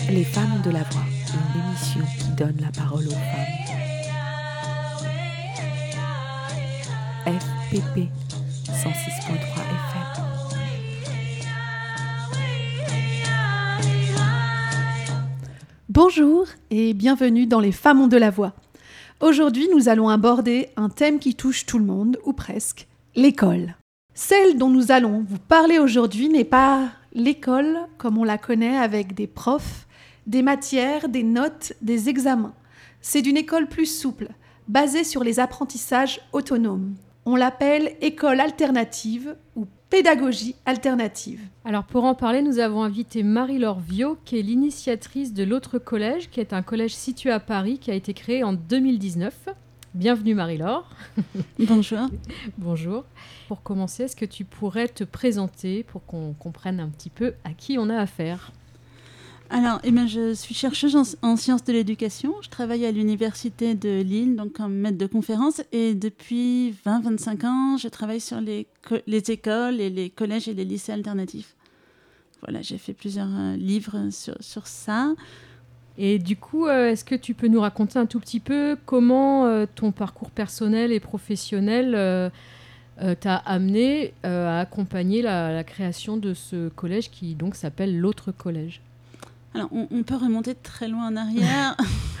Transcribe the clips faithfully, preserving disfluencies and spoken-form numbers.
Les femmes de la voix, une émission qui donne la parole aux femmes. F P P cent six point trois F M. Bonjour et bienvenue dans Les femmes ont de la voix. Aujourd'hui, nous allons aborder un thème qui touche tout le monde, ou presque, l'école. Celle dont nous allons vous parler aujourd'hui n'est pas l'école comme on la connaît avec des profs, des matières, des notes, des examens. C'est d'une école plus souple, basée sur les apprentissages autonomes. On l'appelle école alternative ou pédagogie alternative. Alors pour en parler, nous avons invité Marie-Laure Viau, qui est l'initiatrice de l'Autre Collège, qui est un collège situé à Paris, qui a été créé en deux mille dix-neuf. Bienvenue Marie-Laure. Bonjour. Bonjour. Pour commencer, est-ce que tu pourrais te présenter pour qu'on comprenne un petit peu à qui on a affaire ? Alors, eh bien, je suis chercheuse en, en sciences de l'éducation. Je travaille à l'université de Lille, donc comme maître de conférence. Et depuis vingt à vingt-cinq ans, je travaille sur les, co- les écoles et les collèges et les lycées alternatifs. Voilà, j'ai fait plusieurs euh, livres sur, sur ça. Et du coup, euh, est-ce que tu peux nous raconter un tout petit peu comment euh, ton parcours personnel et professionnel euh, euh, t'a amené euh, à accompagner la, la création de ce collège qui donc s'appelle l'Autre Collège ? Alors, on, on peut remonter très loin en arrière.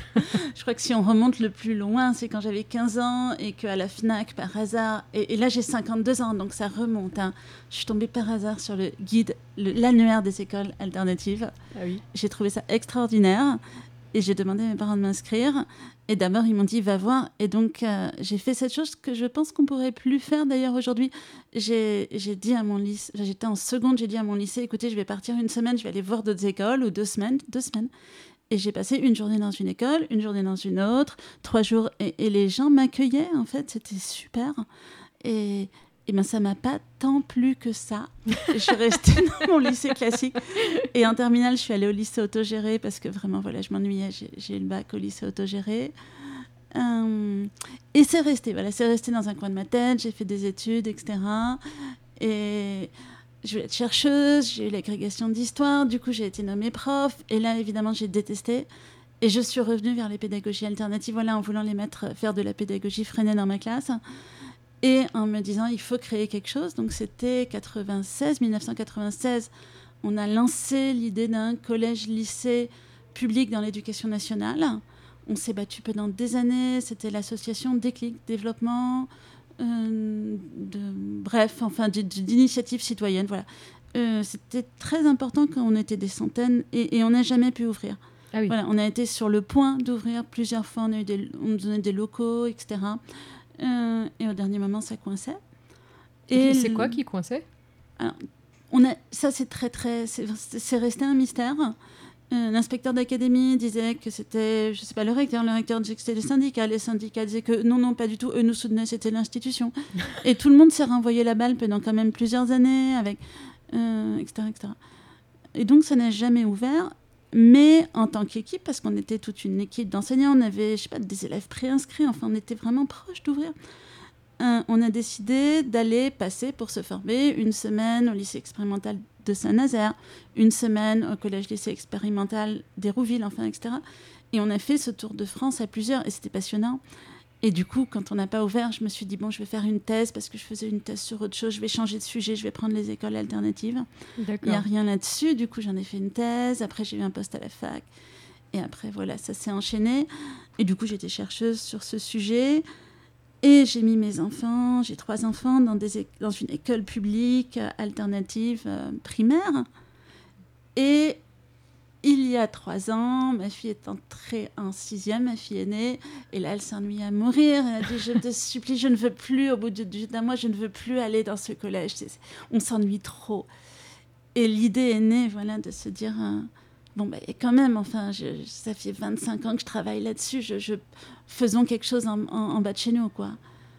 Je crois que si on remonte le plus loin, c'est quand j'avais quinze ans et qu'à la FNAC, par hasard, et, et là j'ai cinquante-deux ans, donc ça remonte. Hein, je suis tombée par hasard sur le guide, le, l'annuaire des écoles alternatives. Ah oui. J'ai trouvé ça extraordinaire et j'ai demandé à mes parents de m'inscrire. Et d'abord, ils m'ont dit, va voir. Et donc, euh, j'ai fait cette chose que je pense qu'on ne pourrait plus faire d'ailleurs aujourd'hui. J'ai, j'ai dit à mon lycée, j'étais en seconde, j'ai dit à mon lycée, écoutez, je vais partir une semaine, je vais aller voir d'autres écoles, ou deux semaines, deux semaines. Et j'ai passé une journée dans une école, une journée dans une autre, trois jours. Et, et les gens m'accueillaient, en fait, c'était super. Et, et ben, ça ne m'a pas tant plu que ça. Je suis restée dans mon lycée classique. Et en terminale, je suis allée au lycée autogéré parce que vraiment, voilà, je m'ennuyais. J'ai, j'ai eu le bac au lycée autogéré. Euh, et c'est resté, voilà, c'est resté dans un coin de ma tête. J'ai fait des études, et cetera. Et je voulais être chercheuse, j'ai eu l'agrégation d'histoire. Du coup, j'ai été nommée prof. Et là, évidemment, j'ai détesté. Et je suis revenue vers les pédagogies alternatives, voilà, en voulant les mettre faire de la pédagogie freinée dans ma classe. Et en me disant, il faut créer quelque chose. Donc, c'était quatre-vingt-seize, dix-neuf cent quatre-vingt-seize. On a lancé l'idée d'un collège-lycée public dans l'éducation nationale. On s'est battu pendant des années. C'était l'association Déclic Développement, euh, de, bref, enfin, d'initiatives citoyennes. Voilà. Euh, c'était très important quand on était des centaines et, et on n'a jamais pu ouvrir. Ah oui. Voilà, on a été sur le point d'ouvrir plusieurs fois. On a eu des, on nous donnait des locaux, et cetera. Euh, et au dernier moment, ça coinçait. Et, et c'est quoi qui coinçait ? Alors, on a, ça, c'est très, très... C'est, c'est resté un mystère. Euh, l'inspecteur d'académie disait que c'était, je ne sais pas, le recteur. Le recteur disait que c'était les syndicats. Les syndicats disaient que non, non, pas du tout. Eux nous soutenaient, c'était l'institution. Et tout le monde s'est renvoyé la balle pendant quand même plusieurs années, avec, euh, et cetera, et cetera. Et donc, ça n'a jamais ouvert. Mais en tant qu'équipe, parce qu'on était toute une équipe d'enseignants, on avait, je sais pas, des élèves préinscrits, enfin, on était vraiment proche d'ouvrir. Euh, on a décidé d'aller passer pour se former une semaine au lycée expérimental de Saint-Nazaire, une semaine au collège-lycée expérimental d'Hérouville, enfin, et cetera. Et on a fait ce tour de France à plusieurs, et c'était passionnant. Et du coup, quand on n'a pas ouvert, je me suis dit, bon, je vais faire une thèse, parce que je faisais une thèse sur autre chose, je vais changer de sujet, je vais prendre les écoles alternatives. D'accord. Il n'y a rien là-dessus, du coup, j'en ai fait une thèse, après j'ai eu un poste à la fac, et après, voilà, ça s'est enchaîné. Et du coup, j'étais chercheuse sur ce sujet, et j'ai mis mes enfants, j'ai trois enfants, dans, des é- dans une école publique euh, alternative euh, primaire. Et il y a trois ans, ma fille est entrée en sixième, ma fille aînée, et là, elle s'ennuie à mourir. Elle a dit, je te supplie, je ne veux plus, au bout de- d'un mois, je ne veux plus aller dans ce collège. C'est- c'est- on s'ennuie trop. Et l'idée est née, voilà, de se dire, euh, bon, bah, et quand même, enfin, je, ça fait vingt-cinq ans que je travaille là-dessus, je, je, faisons quelque chose en, en, en bas de chez nous, quoi.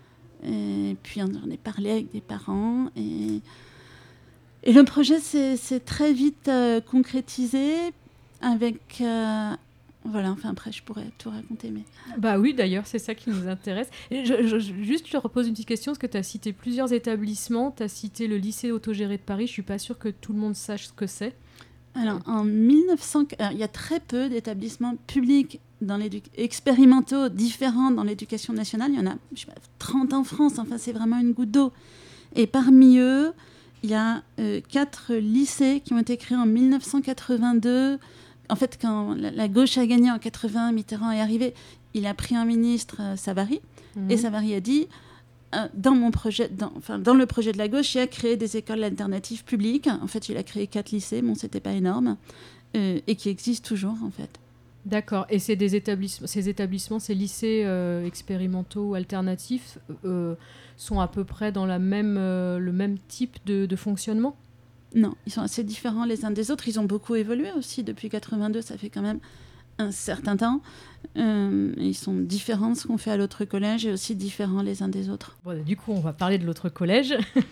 Et puis, on en a parlé avec des parents, et, et le projet s'est, s'est très vite euh, concrétisé, avec... Euh, voilà, enfin après je pourrais tout raconter. Mais... Bah oui, d'ailleurs, c'est ça qui nous intéresse. Et je, je, je, juste, je te repose une petite question, parce que tu as cité plusieurs établissements, tu as cité le lycée autogéré de Paris, je ne suis pas sûre que tout le monde sache ce que c'est. Alors, en mille neuf cents, alors, il y a très peu d'établissements publics dans expérimentaux différents dans l'éducation nationale. Il y en a je sais pas, trente en France, enfin c'est vraiment une goutte d'eau. Et parmi eux, il y a euh, quatre lycées qui ont été créés en mille neuf cent quatre-vingt-deux. En fait, quand la, la gauche a gagné en quatre-vingts, Mitterrand est arrivé, il a pris un ministre, euh, Savary, mmh. et Savary a dit... Dans, mon projet, dans, enfin, dans le projet de la gauche, il a créé des écoles alternatives publiques. En fait, il a créé quatre lycées, bon, c'était pas énorme, euh, et qui existent toujours, en fait. D'accord. Et c'est des établissements, ces établissements, ces lycées euh, expérimentaux ou alternatifs, euh, sont à peu près dans la même, euh, le même type de, de fonctionnement ? Non, ils sont assez différents les uns des autres. Ils ont beaucoup évolué aussi depuis quatre-vingt-deux. Ça fait quand même un certain temps. Euh, ils sont différents de ce qu'on fait à l'autre collège et aussi différents les uns des autres. Bon, du coup, on va parler de l'autre collège.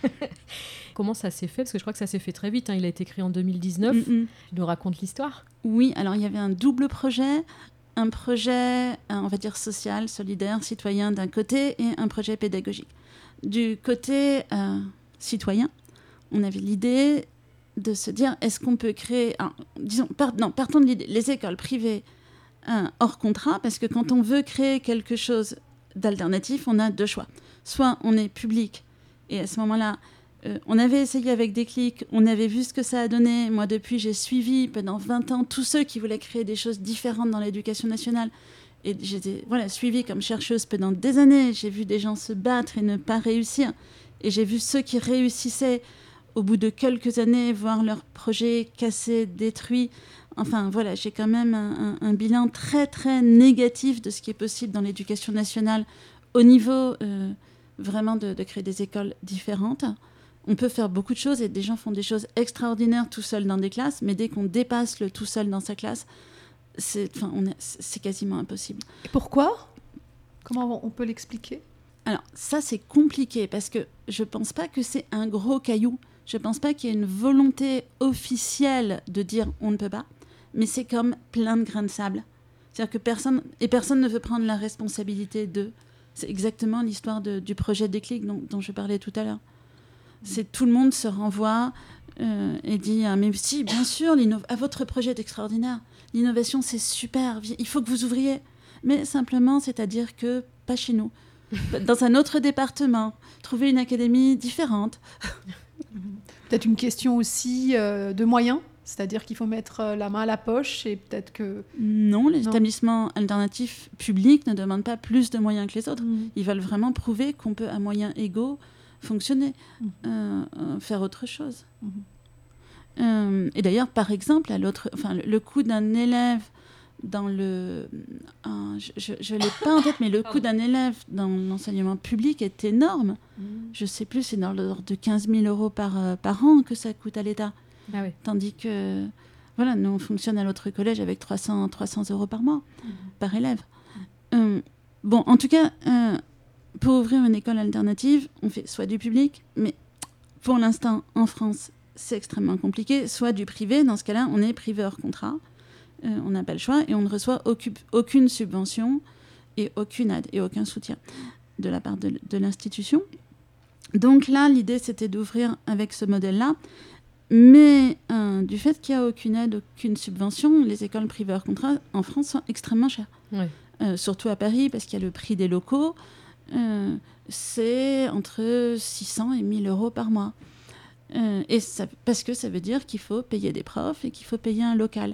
Comment ça s'est fait ? Parce que je crois que ça s'est fait très vite. Hein. Il a été créé en deux mille dix-neuf. Mm-hmm. Tu nous racontes l'histoire ? Oui, alors il y avait un double projet. Un projet, on va dire, social, solidaire, citoyen d'un côté et un projet pédagogique. Du côté euh, citoyen, on avait l'idée de se dire, est-ce qu'on peut créer... Alors, disons, part, non, partons de l'idée, les écoles privées hein, hors contrat, parce que quand on veut créer quelque chose d'alternatif, on a deux choix. Soit on est public, et à ce moment-là, euh, on avait essayé avec Déclic, on avait vu ce que ça a donné. Moi, depuis, j'ai suivi pendant vingt ans tous ceux qui voulaient créer des choses différentes dans l'éducation nationale. Et j'étais voilà, suivie comme chercheuse pendant des années. J'ai vu des gens se battre et ne pas réussir. Et j'ai vu ceux qui réussissaient au bout de quelques années, voir leur projet cassé, détruit. Enfin, voilà, j'ai quand même un, un, un bilan très, très négatif de ce qui est possible dans l'éducation nationale au niveau euh, vraiment de, de créer des écoles différentes. On peut faire beaucoup de choses et des gens font des choses extraordinaires tout seuls dans des classes, mais dès qu'on dépasse le tout seul dans sa classe, c'est, enfin, on est, c'est quasiment impossible. Et pourquoi ? Comment on peut l'expliquer ? Alors, ça, c'est compliqué parce que je ne pense pas que c'est un gros caillou. Je ne pense pas qu'il y ait une volonté officielle de dire on ne peut pas, mais c'est comme plein de grains de sable. C'est-à-dire que personne, et personne ne veut prendre la responsabilité de... C'est exactement l'histoire de, du projet Déclic dont, dont je parlais tout à l'heure. C'est tout le monde se renvoie euh, et dit ah, mais si, bien sûr, ah, votre projet est extraordinaire. L'innovation, c'est super. Il faut que vous ouvriez. Mais simplement, c'est-à-dire que pas chez nous. Dans un autre département. Trouver une académie différente. Peut-être une question aussi euh, de moyens, c'est-à-dire qu'il faut mettre euh, la main à la poche et peut-être que... Non, les non. établissements alternatifs publics ne demandent pas plus de moyens que les autres. Mmh. Ils veulent vraiment prouver qu'on peut, à moyens égaux, fonctionner, mmh. euh, euh, faire autre chose. Mmh. Euh, et d'ailleurs, par exemple, à l'autre, enfin, le, le coût d'un élève dans le... Euh, je ne l'ai pas en tête, mais le coût d'un élève dans l'enseignement public est énorme. Mmh. Je ne sais plus, c'est dans l'ordre de quinze mille euros par, euh, par an que ça coûte à l'État. Ah oui. Tandis que, voilà, nous, on fonctionne à l'autre collège avec trois cents euros par mois, mmh. par élève. Mmh. Euh, bon, en tout cas, euh, pour ouvrir une école alternative, on fait soit du public, mais pour l'instant, en France, c'est extrêmement compliqué, soit du privé. Dans ce cas-là, on est privé hors contrat. Euh, on n'a pas le choix et on ne reçoit aucune, aucune subvention et aucune aide et aucun soutien de la part de, de l'institution. Donc là, l'idée, c'était d'ouvrir avec ce modèle-là. Mais euh, du fait qu'il n'y a aucune aide, aucune subvention, les écoles privées hors contrat en France sont extrêmement chères. Ouais. Euh, surtout à Paris, parce qu'il y a le prix des locaux. Euh, c'est entre six cents et mille euros par mois. Euh, et ça, parce que ça veut dire qu'il faut payer des profs et qu'il faut payer un local.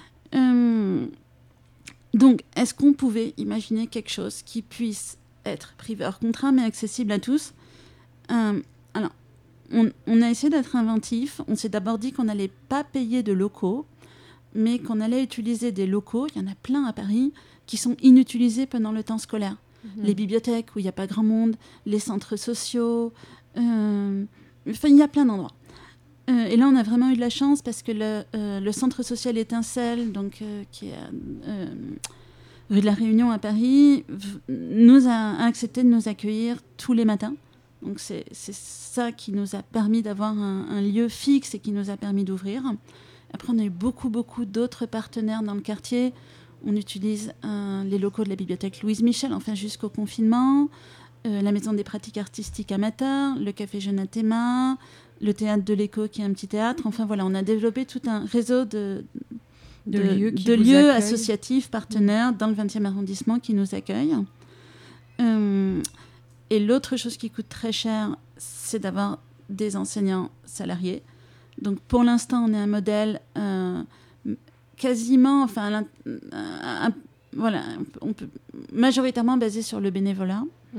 Euh, donc, est-ce qu'on pouvait imaginer quelque chose qui puisse être privé hors contrat, mais accessible à tous ? euh, Alors, on, on a essayé d'être inventif. On s'est d'abord dit qu'on n'allait pas payer de locaux, mais qu'on allait utiliser des locaux, il y en a plein à Paris, qui sont inutilisés pendant le temps scolaire. Mmh. Les bibliothèques où il n'y a pas grand monde, les centres sociaux, euh, enfin, il y a plein d'endroits. Euh, et là, on a vraiment eu de la chance parce que le, euh, le centre social Étincelle, donc, euh, qui est euh, rue de la Réunion à Paris, v- nous a, a accepté de nous accueillir tous les matins. Donc c'est, c'est ça qui nous a permis d'avoir un, un lieu fixe et qui nous a permis d'ouvrir. Après, on a eu beaucoup, beaucoup d'autres partenaires dans le quartier. On utilise euh, les locaux de la bibliothèque Louise Michel, enfin jusqu'au confinement. euh, la Maison des pratiques artistiques amateurs, le Café Jeune à tes mains, le Théâtre de l'Écho qui est un petit théâtre. Enfin voilà, on a développé tout un réseau de, De de, lieux qui de vous lieux accueillent. associatifs, partenaires dans le vingtième arrondissement qui nous accueillent. Euh, et l'autre chose qui coûte très cher, c'est d'avoir des enseignants salariés. Donc pour l'instant, on est un modèle euh, quasiment, enfin, un, un, un, voilà, on peut, majoritairement basé sur le bénévolat. Mmh.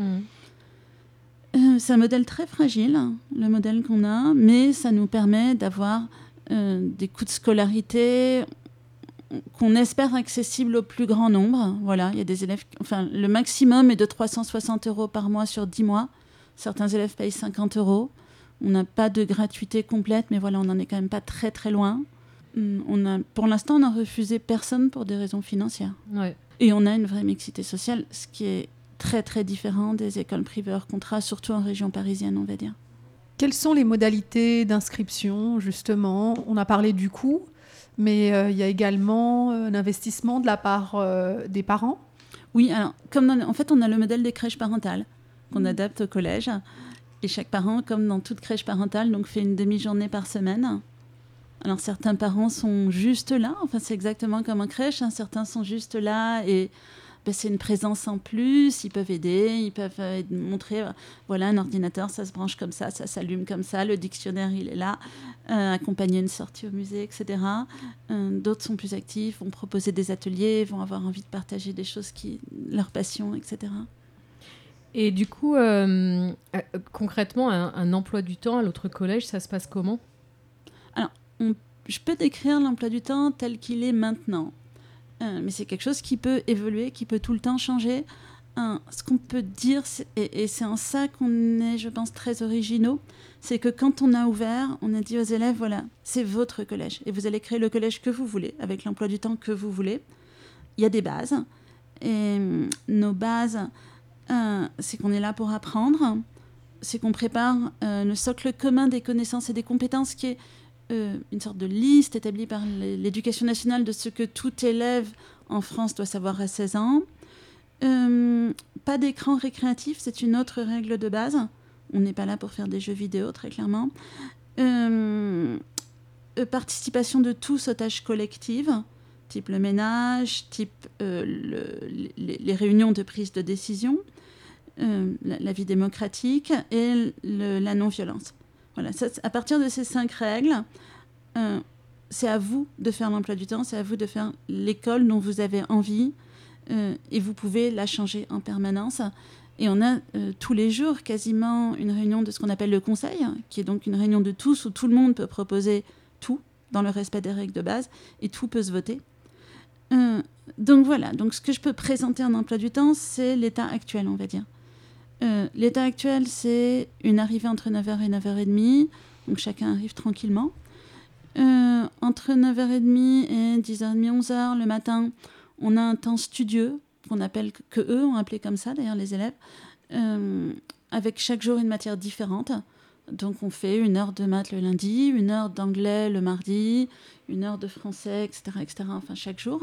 Euh, c'est un modèle très fragile, le modèle qu'on a, mais ça nous permet d'avoir euh, des coûts de scolarité qu'on espère accessibles au plus grand nombre. Voilà, il y a des élèves, enfin, le maximum est de trois cent soixante euros par mois sur dix mois. Certains élèves payent cinquante euros. On n'a pas de gratuité complète, mais voilà, on n'en est quand même pas très très loin. On a, pour l'instant, on n'a refusé personne pour des raisons financières. Ouais. Et on a une vraie mixité sociale, ce qui est très très différent des écoles privées hors contrat, surtout en région parisienne, on va dire. Quelles sont les modalités d'inscription, justement ? On a parlé du coût, mais euh, il y a également un investissement de la part euh, des parents. Oui, alors, comme dans, en fait, on a le modèle des crèches parentales qu'on adapte au collège. Et chaque parent, comme dans toute crèche parentale, donc fait une demi-journée par semaine. Alors, certains parents sont juste là. Enfin, c'est exactement comme en crèche. Hein. Certains sont juste là et ben, c'est une présence en plus. Ils peuvent aider, ils peuvent euh, montrer, euh, voilà, un ordinateur, ça se branche comme ça, ça s'allume comme ça, le dictionnaire, il est là, euh, accompagner une sortie au musée, et cetera. Euh, d'autres sont plus actifs, vont proposer des ateliers, vont avoir envie de partager des choses qui, leur passion, et cetera. Et du coup, euh, euh, concrètement, un, un emploi du temps à l'autre collège, ça se passe comment ? Alors, on, je peux décrire l'emploi du temps tel qu'il est maintenant. Euh, mais c'est quelque chose qui peut évoluer, qui peut tout le temps changer. Euh, ce qu'on peut dire, c'est, et, et c'est en ça qu'on est, je pense, très originaux, c'est que quand on a ouvert, on a dit aux élèves, voilà, c'est votre collège. Et vous allez créer le collège que vous voulez, avec l'emploi du temps que vous voulez. Il y a des bases. Et nos bases... Euh, c'est qu'on est là pour apprendre, c'est qu'on prépare euh, le socle commun des connaissances et des compétences qui est euh, une sorte de liste établie par l'Éducation nationale de ce que tout élève en France doit savoir à seize ans. Euh, pas d'écran récréatif, c'est une autre règle de base. On n'est pas là pour faire des jeux vidéo, très clairement. Euh, euh, participation de tous aux tâches collectives, type le ménage, type euh, le, les, les réunions de prise de décision, euh, la, la vie démocratique et le, la non-violence. Voilà, ça, à partir de ces cinq règles, euh, c'est à vous de faire l'emploi du temps, c'est à vous de faire l'école dont vous avez envie euh, et vous pouvez la changer en permanence. Et on a euh, tous les jours quasiment une réunion de ce qu'on appelle le conseil, qui est donc une réunion de tous où tout le monde peut proposer tout dans le respect des règles de base et tout peut se voter. Euh, donc voilà, donc ce que je peux présenter en emploi du temps, c'est l'état actuel, on va dire. Euh, l'état actuel, c'est une arrivée entre neuf heures et neuf heures trente, donc chacun arrive tranquillement. Euh, entre neuf heures trente et dix heures trente, onze heures le matin, on a un temps studieux, qu'on appelle, que eux ont appelé comme ça d'ailleurs les élèves, euh, avec chaque jour une matière différente. Donc on fait une heure de maths le lundi, une heure d'anglais le mardi, une heure de français, et cetera, et cetera. Enfin chaque jour.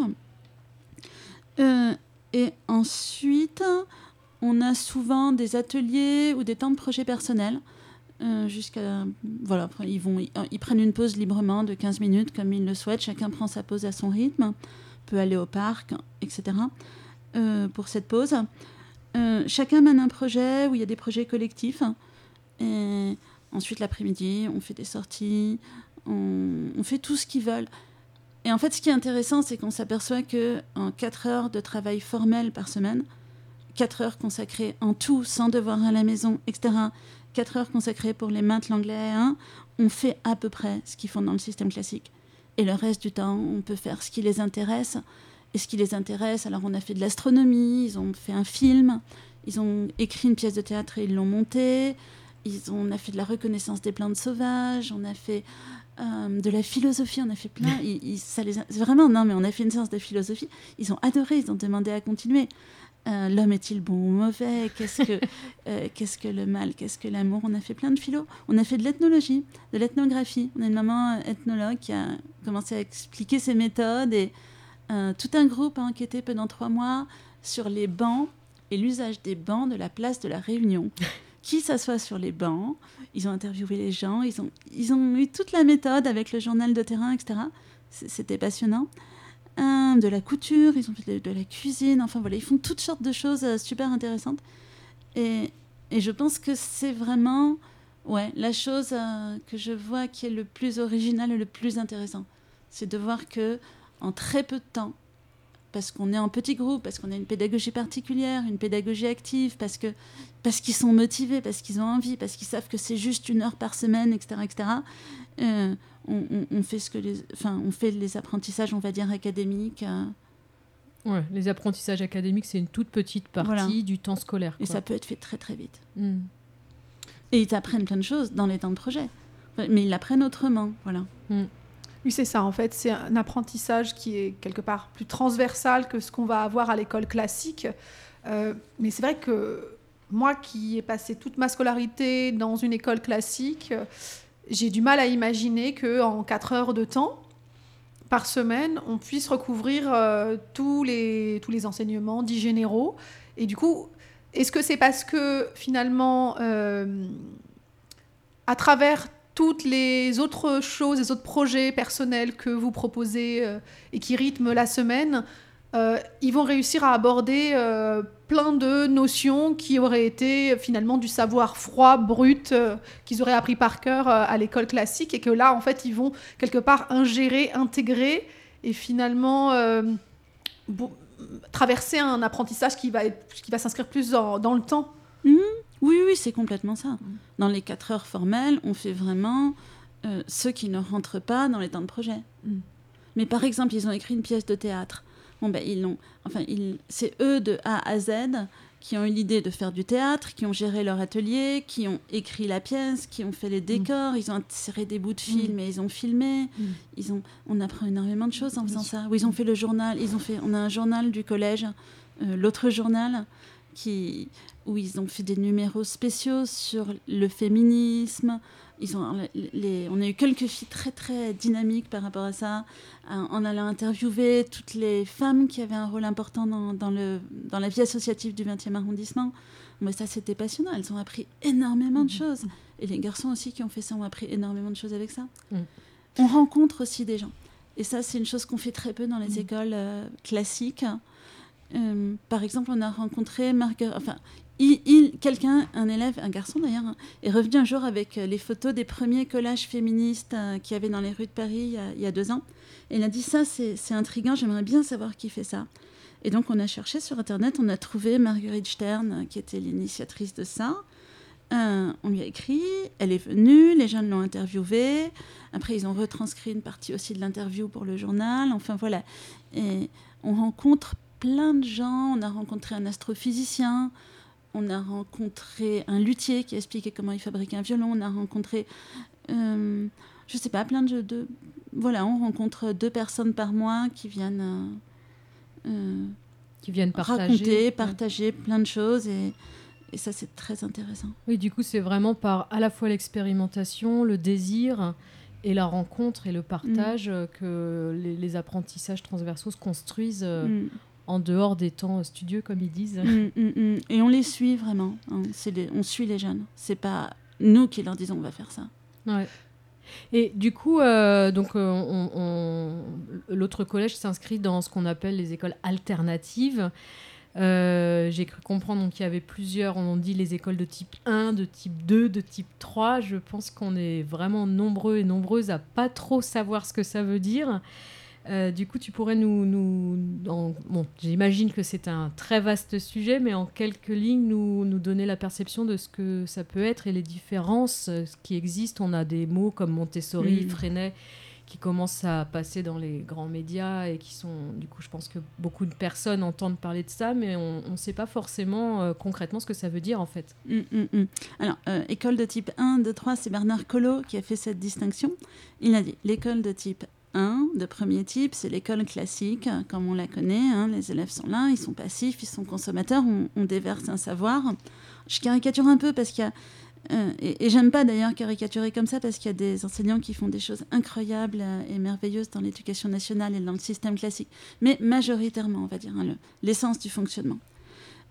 Euh, et ensuite, on a souvent des ateliers ou des temps de projet personnels. Euh, jusqu'à voilà, ils vont, ils, ils prennent une pause librement de quinze minutes comme ils le souhaitent. Chacun prend sa pause à son rythme, peut aller au parc, et cetera. Euh, pour cette pause, euh, chacun mène un projet où il y a des projets collectifs. Et ensuite, l'après-midi, on fait des sorties, on, on fait tout ce qu'ils veulent. Et en fait, ce qui est intéressant, c'est qu'on s'aperçoit qu'en quatre heures de travail formel par semaine, quatre heures consacrées en tout, sans devoir à la maison, et cetera, quatre heures consacrées pour les maths, l'anglais, hein, on fait à peu près ce qu'ils font dans le système classique. Et le reste du temps, on peut faire ce qui les intéresse. Et ce qui les intéresse, alors on a fait de l'astronomie, ils ont fait un film, ils ont écrit une pièce de théâtre et ils l'ont montée. Ils ont, on a fait de la reconnaissance des plantes sauvages, on a fait euh, de la philosophie, on a fait plein. Ils, ils, ça les a, vraiment, non, mais on a fait une séance de philosophie. Ils ont adoré, ils ont demandé à continuer. Euh, l'homme est-il bon ou mauvais ? Qu'est-ce que, euh, qu'est-ce que le mal ? Qu'est-ce que l'amour ? On a fait plein de philo. On a fait de l'ethnologie, de l'ethnographie. On a une maman ethnologue qui a commencé à expliquer ses méthodes et euh, tout un groupe a enquêté pendant trois mois sur les bancs et l'usage des bancs de la place de la Réunion. Qui s'assoit sur les bancs, ils ont interviewé les gens, ils ont, ils ont eu toute la méthode avec le journal de terrain, et cetera. C'était passionnant. Euh, de la couture, ils ont fait de, de la cuisine, enfin voilà, ils font toutes sortes de choses euh, super intéressantes. Et, et je pense que c'est vraiment ouais, la chose euh, que je vois qui est le plus original et le plus intéressant. C'est de voir que en très peu de temps, parce qu'on est en petit groupe, parce qu'on a une pédagogie particulière, une pédagogie active, parce que parce qu'ils sont motivés, parce qu'ils ont envie, parce qu'ils savent que c'est juste une heure par semaine, et cetera, et cetera. Euh, on, on, on fait ce que les, enfin, on fait les apprentissages, on va dire académiques. Euh. Ouais, les apprentissages académiques, c'est une toute petite partie voilà. du temps scolaire. Et quoi. ça peut être fait très très vite. Mm. Et ils apprennent plein de choses dans les temps de projet, mais ils l'apprennent autrement, voilà. Mm. Oui, c'est ça. En fait, c'est un apprentissage qui est quelque part plus transversal que ce qu'on va avoir à l'école classique. Euh, mais c'est vrai que moi, qui ai passé toute ma scolarité dans une école classique, euh, j'ai du mal à imaginer qu'en quatre heures de temps par semaine, on puisse recouvrir euh, tous les, tous les enseignements dits généraux. Et du coup, est-ce que c'est parce que finalement, euh, à travers toutes les autres choses, les autres projets personnels que vous proposez euh, et qui rythment la semaine, euh, ils vont réussir à aborder euh, plein de notions qui auraient été finalement du savoir froid, brut, euh, qu'ils auraient appris par cœur euh, à l'école classique, et que là, en fait, ils vont quelque part ingérer, intégrer, et finalement euh, bon, traverser un apprentissage qui va, être, qui va s'inscrire plus dans, dans le temps. Mmh. Oui, oui, c'est complètement ça. Dans les quatre heures formelles, on fait vraiment euh, ceux qui ne rentrent pas dans les temps de projet. Mm. Mais par exemple, ils ont écrit une pièce de théâtre. Bon, ben, ils l'ont, enfin, ils, c'est eux de A à Z qui ont eu l'idée de faire du théâtre, qui ont géré leur atelier, qui ont écrit la pièce, qui ont fait les décors, mm. ils ont inséré des bouts de film mm. et ils ont filmé. Mm. Ils ont, on apprend énormément de choses en faisant ça. Ou ils ont fait le journal. Ils ont fait, on a un journal du collège, euh, l'autre journal, qui... où ils ont fait des numéros spéciaux sur le féminisme. Ils ont, les, les, on a eu quelques filles très, très dynamiques par rapport à ça, en allant interviewer toutes les femmes qui avaient un rôle important dans, dans, le, dans la vie associative du vingtième arrondissement. Mais ça, c'était passionnant. Elles ont appris énormément de choses. Et les garçons aussi qui ont fait ça ont appris énormément de choses avec ça. Mmh. On rencontre aussi des gens. Et ça, c'est une chose qu'on fait très peu dans les mmh. écoles euh, classiques. Euh, par exemple, on a rencontré Marguerite... Enfin, il, il, quelqu'un, un élève, un garçon d'ailleurs, hein, est revenu un jour avec les photos des premiers collages féministes euh, qu'il y avait dans les rues de Paris il y a, il y a deux ans. Et il a dit, ça, c'est, c'est intriguant, j'aimerais bien savoir qui fait ça. Et donc, on a cherché sur Internet, on a trouvé Marguerite Stern, qui était l'initiatrice de ça. Euh, on lui a écrit, elle est venue, les jeunes l'ont interviewée. Après, ils ont retranscrit une partie aussi de l'interview pour le journal. Enfin, voilà. Et on rencontre plein de gens. On a rencontré un astrophysicien. On a rencontré un luthier qui a expliqué comment il fabriquait un violon. On a rencontré, euh, je sais pas, plein de, de... Voilà, on rencontre deux personnes par mois qui viennent... Euh, euh, qui viennent partager. Raconter, partager ouais. plein de choses. Et, et ça, c'est très intéressant. Oui, du coup, c'est vraiment par à la fois l'expérimentation, le désir et la rencontre et le partage mmh. que les, les apprentissages transversaux se construisent mmh. en dehors des temps studieux, comme ils disent. Mmh, mmh, mmh. Et on les suit vraiment. Hein. C'est les, on suit les jeunes. C'est pas nous qui leur disons on va faire ça. Ouais. Et du coup, euh, donc, euh, on, on, l'autre collège s'inscrit dans ce qu'on appelle les écoles alternatives. Euh, j'ai cru comprendre qu'il y avait plusieurs, on dit les écoles de type un, de type deux, de type trois. Je pense qu'on est vraiment nombreux et nombreuses à pas trop savoir ce que ça veut dire. Euh, du coup, tu pourrais nous... nous en, bon, j'imagine que c'est un très vaste sujet, mais en quelques lignes, nous, nous donner la perception de ce que ça peut être et les différences qui existent. On a des mots comme Montessori, mmh. Freinet, qui commencent à passer dans les grands médias et qui sont... Du coup, je pense que beaucoup de personnes entendent parler de ça, mais on ne sait pas forcément euh, concrètement ce que ça veut dire, en fait. Mmh, mmh, mmh. Alors, euh, école de type un, deux, trois, c'est Bernard Collot qui a fait cette distinction. Il a dit, l'école de type un, de premier type, c'est l'école classique, comme on la connaît. Hein, les élèves sont là, ils sont passifs, ils sont consommateurs, on, on déverse un savoir. Je caricature un peu parce qu'il y a... Euh, et, et j'aime pas d'ailleurs caricaturer comme ça parce qu'il y a des enseignants qui font des choses incroyables et merveilleuses dans l'éducation nationale et dans le système classique. Mais majoritairement, on va dire, hein, le, l'essence du fonctionnement.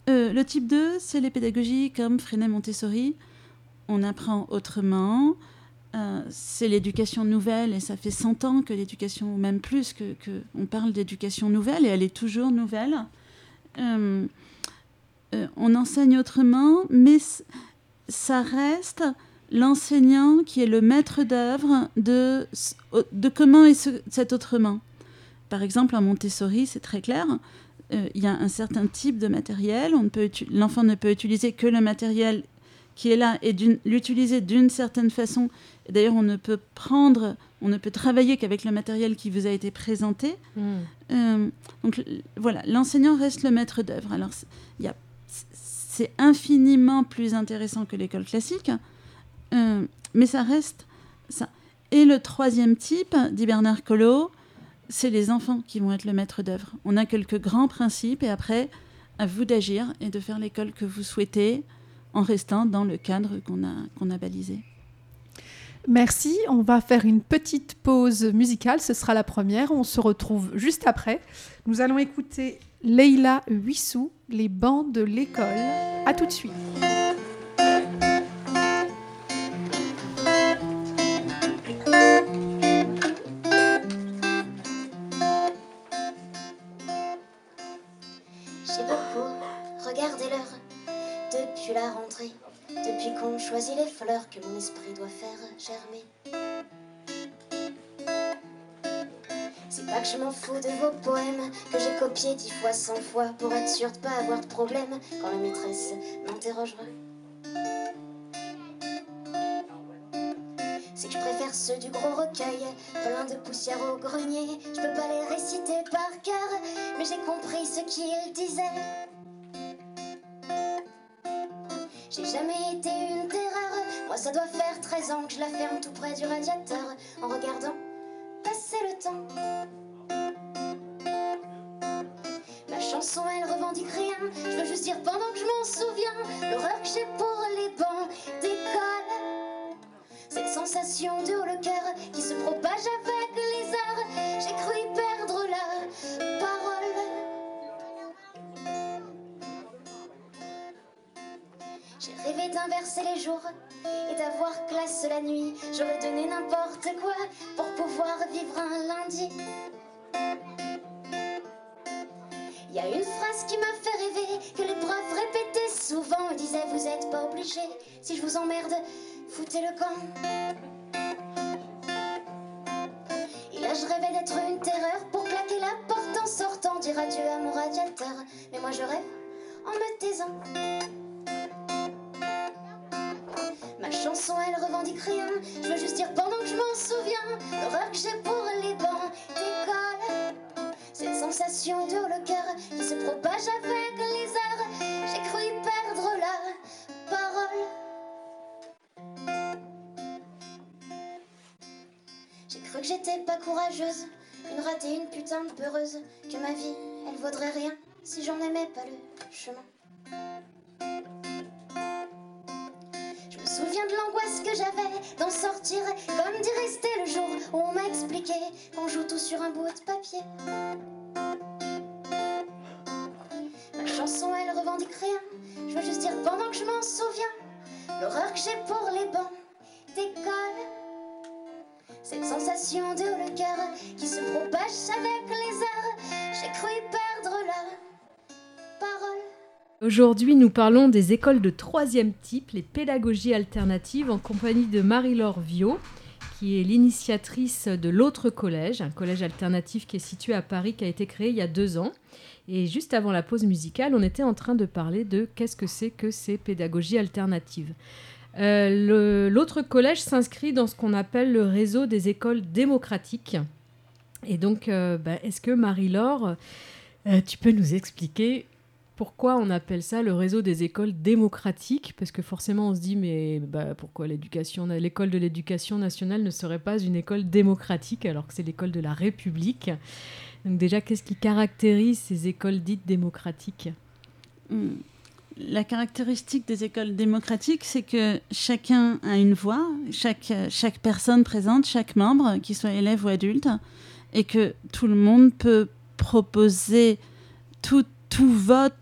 Euh, le type deux, c'est les pédagogies comme Freinet-Montessori. On apprend autrement. Euh, c'est l'éducation nouvelle, et ça fait cent ans que l'éducation, ou même plus, que, que on parle d'éducation nouvelle, et elle est toujours nouvelle. Euh, euh, on enseigne autrement, mais c- ça reste l'enseignant qui est le maître d'œuvre de, de comment est ce, cet autrement. Par exemple, en Montessori, c'est très clair. Euh, il y a un certain type de matériel. On ne peut utu- l'enfant ne peut utiliser que le matériel qui est là et d'une, l'utiliser d'une certaine façon. Et d'ailleurs, on ne peut prendre, on ne peut travailler qu'avec le matériel qui vous a été présenté. Mmh. Euh, donc l- voilà, l'enseignant reste le maître d'œuvre. Alors, c'est, y a, c'est infiniment plus intéressant que l'école classique, euh, mais ça reste ça. Et le troisième type, dit Bernard Collot, c'est les enfants qui vont être le maître d'œuvre. On a quelques grands principes, et après, à vous d'agir et de faire l'école que vous souhaitez, en restant dans le cadre qu'on a, qu'on a balisé. Merci, on va faire une petite pause musicale, ce sera la première, on se retrouve juste après. Nous allons écouter Leïla Huissou, Les bancs de l'école. À tout de suite. J'ai beaucoup regardé l'heure depuis la rentrée, depuis qu'on choisit les fleurs que mon esprit doit faire germer. C'est pas que je m'en fous de vos poèmes, que j'ai copiés dix fois, cent fois, pour être sûre de pas avoir de problème quand la maîtresse m'interrogera. C'est que je préfère ceux du gros recueil, plein de poussière au grenier. Je peux pas les réciter par cœur, mais j'ai compris ce qu'ils disaient. J'ai jamais été une terreur, moi ça doit faire treize ans que je la ferme tout près du radiateur, en regardant passer le temps. Ma chanson elle revendique rien, je veux juste dire pendant que je m'en souviens, l'horreur que j'ai pour les bancs d'école. Cette sensation de haut le cœur qui se propage avec les heures, j'ai cru y perdre la parole. J'ai rêvé d'inverser les jours et d'avoir classe la nuit. J'aurais donné n'importe quoi pour pouvoir vivre un lundi. Il y a une phrase qui m'a fait rêver, que les profs répétaient souvent. Ils disaient vous êtes pas obligés, si je vous emmerde, foutez le camp. Et là je rêvais d'être une terreur pour claquer la porte en sortant, dire adieu à mon radiateur. Mais moi je rêve en me taisant. Ma chanson elle revendique rien, je veux juste dire pendant que je m'en souviens, l'horreur que j'ai pour les bancs d'école. Cette sensation de haut le cœur qui se propage avec les heures, j'ai cru y perdre la parole. J'ai cru que j'étais pas courageuse, une ratée, une putain de peureuse, que ma vie elle vaudrait rien si j'en aimais pas le chemin. Je me souviens de l'angoisse que j'avais d'en sortir, comme d'y rester le jour où on m'a expliqué qu'on joue tout sur un bout de papier. Ma chanson elle revendique rien, je veux juste dire pendant que je m'en souviens, l'horreur que j'ai pour les bancs d'école. Cette sensation de haut le cœur qui se propage avec les heures, j'ai cru y perdre la parole. Aujourd'hui, nous parlons des écoles de troisième type, les pédagogies alternatives, en compagnie de Marie-Laure Viaud, qui est l'initiatrice de l'Autre Collège, un collège alternatif qui est situé à Paris, qui a été créé il y a deux ans. Et juste avant la pause musicale, on était en train de parler de qu'est-ce que c'est que ces pédagogies alternatives. Euh, le, l'Autre Collège s'inscrit dans ce qu'on appelle le réseau des écoles démocratiques. Et donc, euh, bah, est-ce que Marie-Laure, euh, tu peux nous expliquer pourquoi on appelle ça le réseau des écoles démocratiques ? Parce que forcément, on se dit, mais bah, pourquoi l'éducation, l'école de l'éducation nationale ne serait pas une école démocratique alors que c'est l'école de la République ? Donc déjà, qu'est-ce qui caractérise ces écoles dites démocratiques ? Hum. La caractéristique des écoles démocratiques, c'est que chacun a une voix, chaque, chaque personne présente, chaque membre, qu'il soit élève ou adulte, et que tout le monde peut proposer tout, tout vote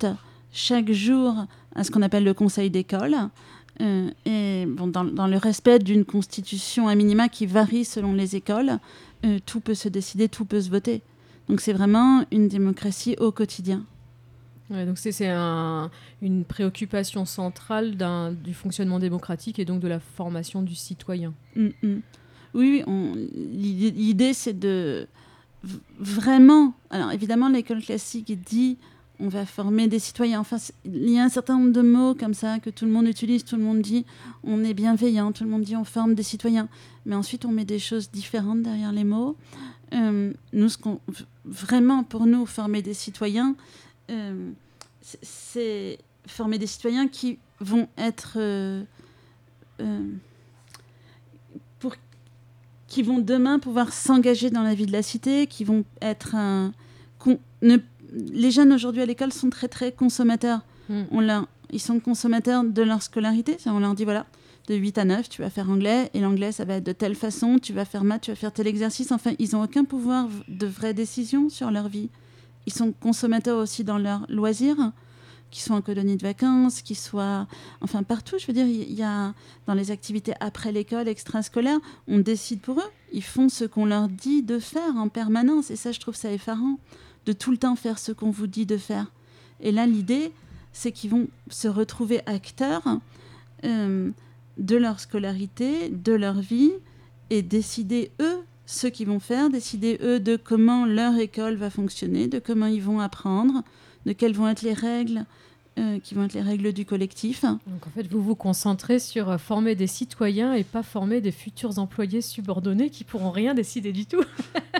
chaque jour à ce qu'on appelle le conseil d'école. Euh, et bon, dans, dans le respect d'une constitution à minima qui varie selon les écoles, euh, tout peut se décider, tout peut se voter. Donc c'est vraiment une démocratie au quotidien. Ouais, donc c'est, c'est un, une préoccupation centrale d'un, du fonctionnement démocratique et donc de la formation du citoyen. Mm-hmm. Oui, oui on, l'idée, l'idée c'est de v- vraiment... Alors évidemment, l'école classique dit on va former des citoyens. Enfin, il y a un certain nombre de mots comme ça que tout le monde utilise, tout le monde dit on est bienveillant, tout le monde dit on forme des citoyens. Mais ensuite, on met des choses différentes derrière les mots. Euh, nous, ce qu'on, vraiment, pour nous, former des citoyens, euh, c'est, c'est former des citoyens qui vont être... Euh, euh, pour, qui vont demain pouvoir s'engager dans la vie de la cité, qui vont être un... Con, ne, les jeunes aujourd'hui à l'école sont très très consommateurs. Mm. On leur, ils sont consommateurs de leur scolarité. On leur dit voilà, de huit à neuf, tu vas faire anglais, et l'anglais ça va être de telle façon, tu vas faire maths, tu vas faire tel exercice. Enfin, ils n'ont aucun pouvoir de vraie décision sur leur vie. Ils sont consommateurs aussi dans leurs loisirs, qu'ils soient en colonie de vacances, qu'ils soient... Enfin, partout, je veux dire, il y a dans les activités après l'école, extrascolaires, on décide pour eux. Ils font ce qu'on leur dit de faire en permanence. Et ça, je trouve ça effarant, de tout le temps faire ce qu'on vous dit de faire. Et là, l'idée, c'est qu'ils vont se retrouver acteurs euh, de leur scolarité, de leur vie, et décider, eux, ce qu'ils vont faire, décider, eux, de comment leur école va fonctionner, de comment ils vont apprendre, de quelles vont être les règles, euh, qui vont être les règles du collectif. Donc, en fait, vous vous concentrez sur former des citoyens et pas former des futurs employés subordonnés qui pourront rien décider du tout.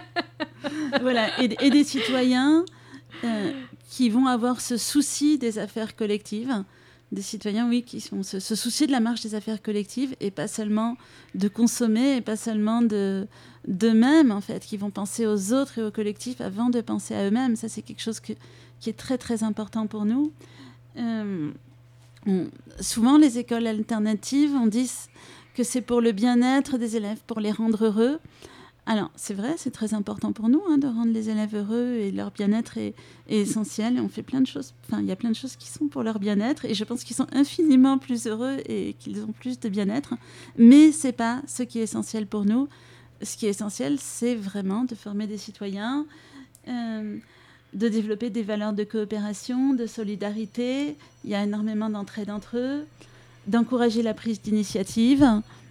Voilà, et, et des citoyens euh, qui vont avoir ce souci des affaires collectives, des citoyens, oui, qui vont se, se soucier de la marche des affaires collectives et pas seulement de consommer et pas seulement de, d'eux-mêmes, en fait, qui vont penser aux autres et au collectif avant de penser à eux-mêmes. Ça, c'est quelque chose que, qui est très, très important pour nous. Euh, on, souvent, les écoles alternatives, on dit que c'est pour le bien-être des élèves, pour les rendre heureux. Alors, c'est vrai, c'est très important pour nous hein, de rendre les élèves heureux et leur bien-être est, est essentiel. Et on fait plein de choses. Enfin, il y a plein de choses qui sont pour leur bien-être et je pense qu'ils sont infiniment plus heureux et qu'ils ont plus de bien-être. Mais ce n'est pas ce qui est essentiel pour nous. Ce qui est essentiel, c'est vraiment de former des citoyens, euh, de développer des valeurs de coopération, de solidarité. Il y a énormément d'entraide entre eux, d'encourager la prise d'initiative.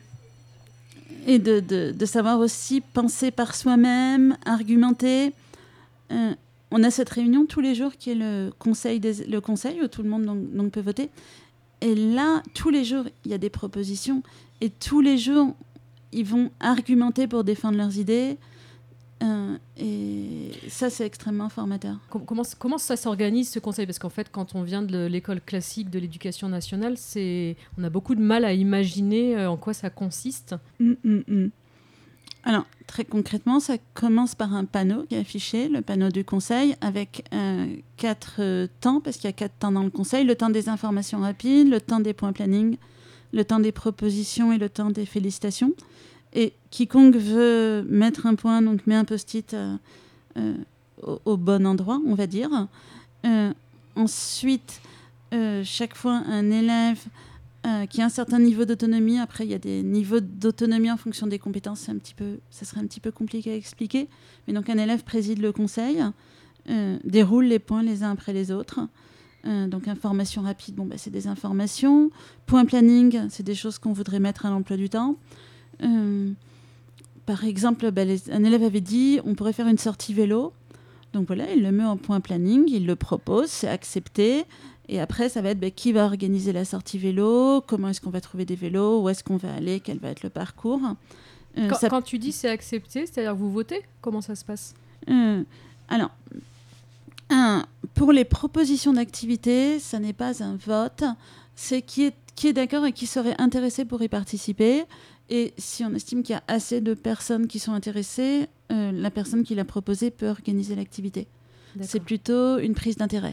Et de, de, de savoir aussi penser par soi-même, argumenter. Euh, on a cette réunion tous les jours qui est le conseil, des, le conseil où tout le monde donc, donc peut voter. Et là, tous les jours, il y a des propositions. Et tous les jours, ils vont argumenter pour défendre leurs idées. Euh, et ça, c'est extrêmement formateur. Comment, comment ça s'organise, ce conseil ? Parce qu'en fait, quand on vient de l'école classique de l'éducation nationale, c'est... on a beaucoup de mal à imaginer en quoi ça consiste. Mmh, mmh, mmh. Alors, très concrètement, ça commence par un panneau qui est affiché, le panneau du conseil, avec euh, quatre euh, temps, parce qu'il y a quatre temps dans le conseil. Le temps des informations rapides, le temps des points planning, le temps des propositions et le temps des félicitations. Et quiconque veut mettre un point, donc met un post-it euh, euh, au, au bon endroit, on va dire. Euh, ensuite, euh, chaque fois, un élève euh, qui a un certain niveau d'autonomie. Après, il y a des niveaux d'autonomie en fonction des compétences. C'est un petit peu, ça serait un petit peu compliqué à expliquer. Mais donc, un élève préside le conseil, euh, déroule les points les uns après les autres. Euh, donc, information rapide, bon, bah, c'est des informations. Point planning, c'est des choses qu'on voudrait mettre à l'emploi du temps. Euh, par exemple, bah, les, un élève avait dit on pourrait faire une sortie vélo. Donc voilà, il le met en point planning, il le propose, c'est accepté. Et après, ça va être bah, qui va organiser la sortie vélo, comment est-ce qu'on va trouver des vélos, où est-ce qu'on va aller, quel va être le parcours. Euh, quand, ça... quand tu dis c'est accepté, c'est-à-dire vous votez ? Comment ça se passe ? euh, Alors, un, pour les propositions d'activité, ça n'est pas un vote, c'est qui est, qui est d'accord et qui serait intéressé pour y participer. Et si on estime qu'il y a assez de personnes qui sont intéressées, euh, la personne qui l'a proposé peut organiser l'activité. D'accord. C'est plutôt une prise d'intérêt.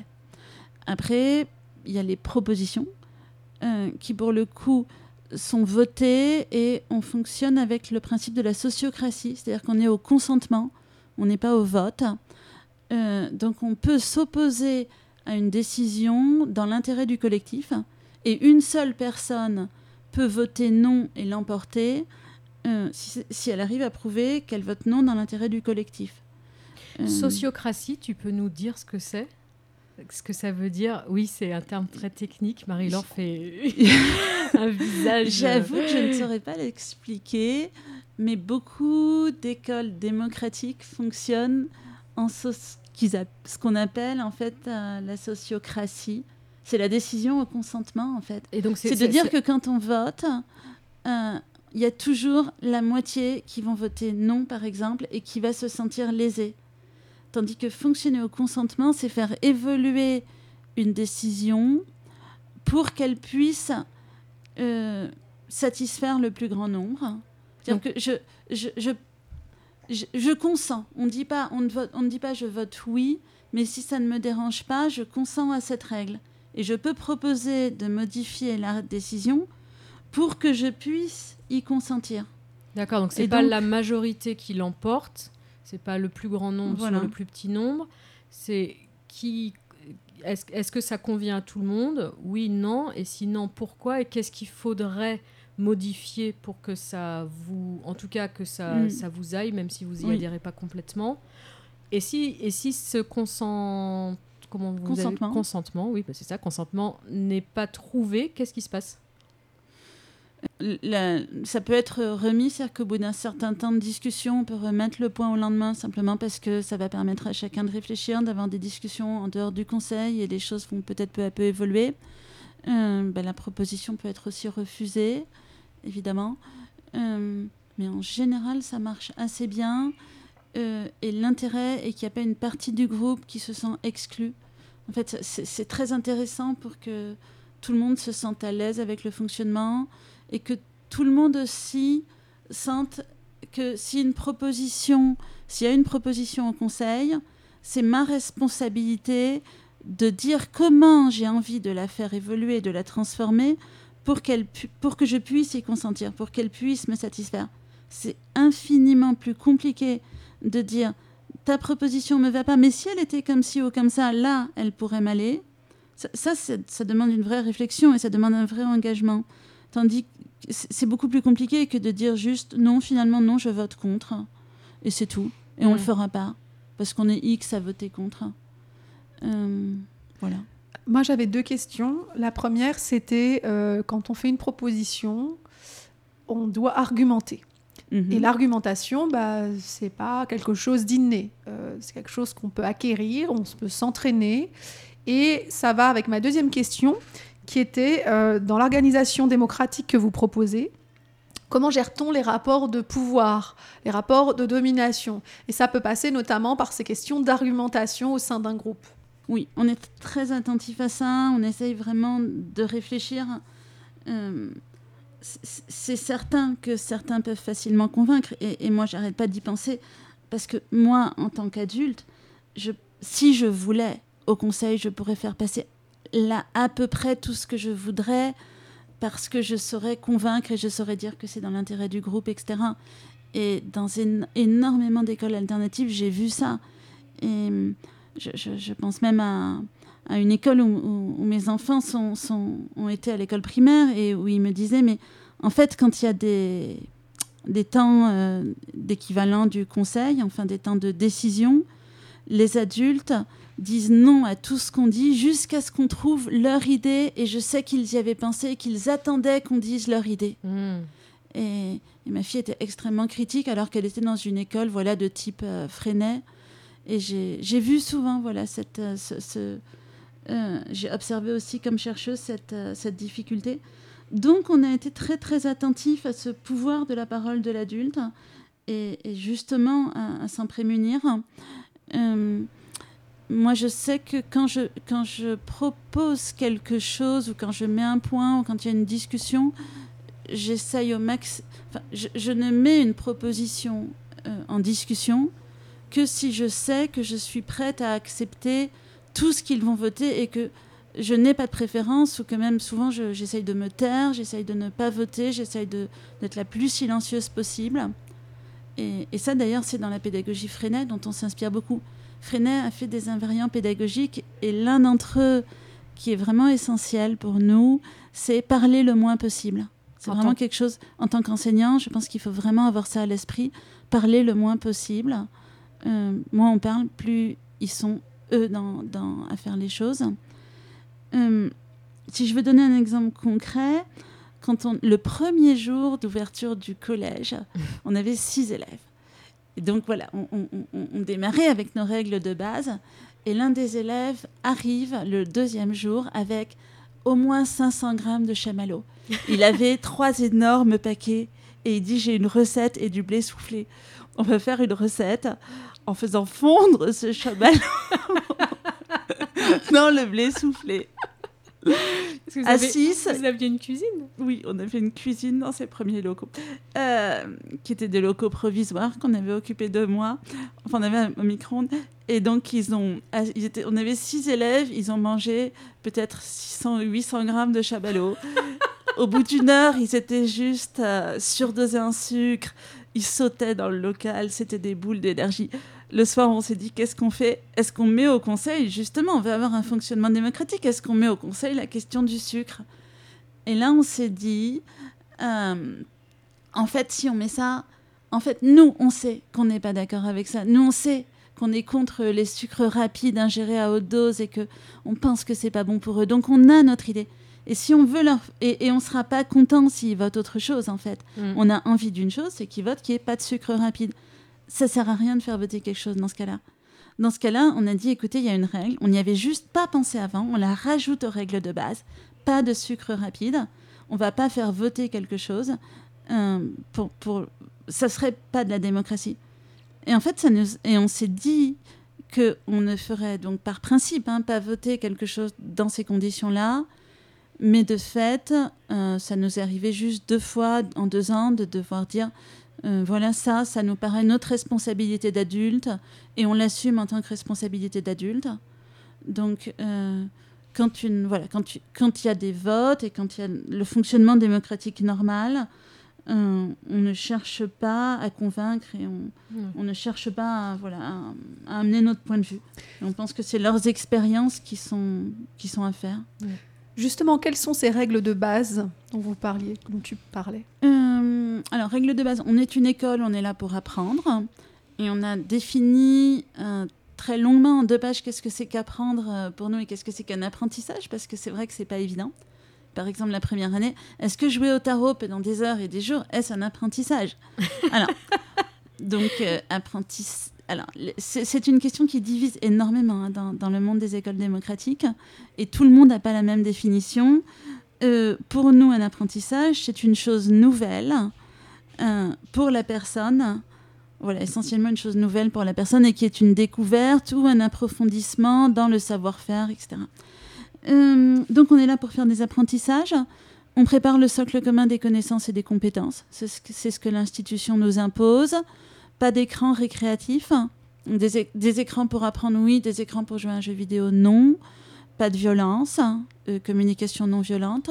Après, il y a les propositions euh, qui, pour le coup, sont votées et on fonctionne avec le principe de la sociocratie, c'est-à-dire qu'on est au consentement, on n'est pas au vote. Euh, donc, on peut s'opposer à une décision dans l'intérêt du collectif, et une seule personne peut voter non et l'emporter euh, si, si elle arrive à prouver qu'elle vote non dans l'intérêt du collectif. Euh... Sociocratie, tu peux nous dire ce que c'est ? Ce que ça veut dire ? Oui, c'est un terme très technique. Marie-Laure fait un visage... J'avoue que je ne saurais pas l'expliquer, mais beaucoup d'écoles démocratiques fonctionnent en so- ce qu'on appelle en fait euh, la sociocratie. C'est la décision au consentement, en fait. Et donc c'est, c'est de c'est, dire c'est... que quand on vote, il euh, y a toujours la moitié qui vont voter non, par exemple, et qui va se sentir lésée. Tandis que fonctionner au consentement, c'est faire évoluer une décision pour qu'elle puisse euh, satisfaire le plus grand nombre. C'est-à-dire donc, que je, je, je, je, je consens. On ne dit pas, on ne vote, on ne dit pas je vote oui, mais si ça ne me dérange pas, je consens à cette règle. Et je peux proposer de modifier la décision pour que je puisse y consentir. D'accord, donc c'est et pas donc... la majorité qui l'emporte, c'est pas le plus grand nombre voilà. sur le plus petit nombre, c'est qui... Est-ce, est-ce que ça convient à tout le monde ? Oui, non, et sinon pourquoi ? Et qu'est-ce qu'il faudrait modifier pour que ça vous... En tout cas, que ça, mm. ça vous aille, même si vous n'y oui. adhérez pas complètement. Et si, et si ce consent... Comment vous consentement. Avez... Consentement, oui, bah c'est ça. Consentement n'est pas trouvé. Qu'est-ce qui se passe ? La... Ça peut être remis, c'est-à-dire qu'au bout d'un certain temps de discussion, on peut remettre le point au lendemain, simplement parce que ça va permettre à chacun de réfléchir, d'avoir des discussions en dehors du conseil, et les choses vont peut-être peu à peu évoluer. Euh, ben, la proposition peut être aussi refusée, évidemment. Euh, mais en général, ça marche assez bien. Euh, et l'intérêt est qu'il n'y a pas une partie du groupe qui se sent exclue. En fait, c'est, c'est très intéressant pour que tout le monde se sente à l'aise avec le fonctionnement et que tout le monde aussi sente que si une proposition, s'il y a une proposition au conseil, c'est ma responsabilité de dire comment j'ai envie de la faire évoluer, de la transformer pour, qu'elle pu- pour que je puisse y consentir, pour qu'elle puisse me satisfaire. C'est infiniment plus compliqué de dire ta proposition me va pas, mais si elle était comme ci ou comme ça, là, elle pourrait m'aller. Ça, ça, ça demande une vraie réflexion et ça demande un vrai engagement. Tandis que c'est beaucoup plus compliqué que de dire juste non, finalement, non, je vote contre. Et c'est tout. Et mmh. on le fera pas. Parce qu'on est X à voter contre. Euh, voilà. Moi, j'avais deux questions. La première, c'était euh, quand on fait une proposition, on doit argumenter. Mmh. Et l'argumentation, bah, c'est pas quelque chose d'inné. Euh, c'est quelque chose qu'on peut acquérir, on peut s'entraîner. Et ça va avec ma deuxième question, qui était euh, dans l'organisation démocratique que vous proposez, comment gère-t-on les rapports de pouvoir, les rapports de domination ? Et ça peut passer notamment par ces questions d'argumentation au sein d'un groupe. Oui, on est très attentif à ça, on essaye vraiment de réfléchir. Euh, c'est certain que certains peuvent facilement convaincre, et, et moi, j'arrête pas d'y penser, parce que moi, en tant qu'adulte, je, si je voulais, au conseil, je pourrais faire passer là à peu près tout ce que je voudrais, parce que je saurais convaincre et je saurais dire que c'est dans l'intérêt du groupe, et cetera. Et dans én- énormément d'écoles alternatives, j'ai vu ça. Et je, je, je pense même à, à une école où, où, où mes enfants sont, sont, ont été à l'école primaire et où ils me disaient, mais en fait, quand il y a des, des temps euh, d'équivalent du conseil, enfin des temps de décision, les adultes disent non à tout ce qu'on dit jusqu'à ce qu'on trouve leur idée, et je sais qu'ils y avaient pensé, qu'ils attendaient qu'on dise leur idée. Mmh. Et, et ma fille était extrêmement critique alors qu'elle était dans une école voilà, de type euh, Freinet, et j'ai, j'ai vu souvent voilà, cette, euh, ce, ce, euh, j'ai observé aussi comme chercheuse cette, euh, cette difficulté. Donc on a été très très attentifs à ce pouvoir de la parole de l'adulte et, et justement à, à s'en prémunir. Euh, Moi, je sais que quand je, quand je propose quelque chose ou quand je mets un point ou quand il y a une discussion, j'essaye au max... Enfin, je, je ne mets une proposition euh, en discussion que si je sais que je suis prête à accepter tout ce qu'ils vont voter et que je n'ai pas de préférence ou que même souvent je, j'essaye de me taire, j'essaye de ne pas voter, j'essaye de, d'être la plus silencieuse possible. Et, et ça, d'ailleurs, c'est dans la pédagogie Freinet dont on s'inspire beaucoup. Freinet a fait des invariants pédagogiques et l'un d'entre eux qui est vraiment essentiel pour nous, c'est parler le moins possible. C'est en vraiment tant... quelque chose, en tant qu'enseignant, je pense qu'il faut vraiment avoir ça à l'esprit, parler le moins possible. Euh, moins on parle, plus ils sont, eux, dans, dans, à faire les choses. Euh, si je veux donner un exemple concret, quand on, le premier jour d'ouverture du collège, on avait six élèves. Et donc voilà, on, on, on, on démarrait avec nos règles de base, et l'un des élèves arrive le deuxième jour avec au moins cinq cents grammes de chamallow. Il avait trois énormes paquets, et il dit « j'ai une recette et du blé soufflé. On va faire une recette en faisant fondre ce chamallow dans le blé soufflé. » Vous, à avez, six, vous aviez une cuisine ? Oui, on avait une cuisine dans ces premiers locaux, euh, qui étaient des locaux provisoires qu'on avait occupés deux mois. Enfin, on avait un, un micro-ondes. Et donc, ils ont, ils étaient, on avait six élèves, ils ont mangé peut-être six cents ou huit cents grammes de chamallow. Au bout d'une heure, ils étaient juste euh, surdosés en sucre. Ils sautaient dans le local, c'était des boules d'énergie. Le soir, on s'est dit, qu'est-ce qu'on fait ? Est-ce qu'on met au conseil, justement, on veut avoir un fonctionnement démocratique, est-ce qu'on met au conseil la question du sucre ? Et là, on s'est dit, euh, en fait, si on met ça, en fait, nous, on sait qu'on n'est pas d'accord avec ça. Nous, on sait qu'on est contre les sucres rapides ingérés à haute dose et qu'on pense que c'est pas bon pour eux. Donc, on a notre idée. Et si on veut leur... Et, et on ne sera pas content s'ils votent autre chose, en fait. Mm. On a envie d'une chose, c'est qu'ils votent qu'il n'y ait pas de sucre rapide. Ça ne sert à rien de faire voter quelque chose dans ce cas-là. Dans ce cas-là, on a dit, écoutez, il y a une règle, on n'y avait juste pas pensé avant, on la rajoute aux règles de base, pas de sucre rapide, on ne va pas faire voter quelque chose, euh, pour, pour... ça ne serait pas de la démocratie. Et en fait, ça nous... et on s'est dit qu'on ne ferait donc par principe hein, pas voter quelque chose dans ces conditions-là, mais de fait, euh, ça nous est arrivé juste deux fois en deux ans de devoir dire euh, voilà, ça, ça nous paraît notre responsabilité d'adulte et on l'assume en tant que responsabilité d'adulte. Donc, euh, quand une, voilà, quand tu, quand il y a des votes et quand il y a le fonctionnement démocratique normal, euh, on ne cherche pas à convaincre et on, mmh. on ne cherche pas à, voilà, à, à amener notre point de vue. Et on pense que c'est leurs expériences qui sont, qui sont à faire. Mmh. Justement, quelles sont ces règles de base dont vous parliez, dont tu parlais ? euh, Alors, règles de base, on est une école, on est là pour apprendre. Et on a défini euh, très longuement en deux pages qu'est-ce que c'est qu'apprendre pour nous et qu'est-ce que c'est qu'un apprentissage, parce que c'est vrai que c'est pas évident. Par exemple, la première année, est-ce que jouer au tarot pendant des heures et des jours, est-ce un apprentissage ? Alors, donc, euh, apprentissage... Alors, c'est, c'est une question qui divise énormément hein, dans, dans le monde des écoles démocratiques et tout le monde n'a pas la même définition. Euh, pour nous, un apprentissage, c'est une chose nouvelle euh, pour la personne, voilà, essentiellement une chose nouvelle pour la personne et qui est une découverte ou un approfondissement dans le savoir-faire, et cetera. Euh, donc, on est là pour faire des apprentissages. On prépare le socle commun des connaissances et des compétences. C'est ce que, c'est ce que l'institution nous impose. Pas d'écran récréatif, des, é- des écrans pour apprendre, oui, des écrans pour jouer à un jeu vidéo, non. Pas de violence, euh, communication non violente.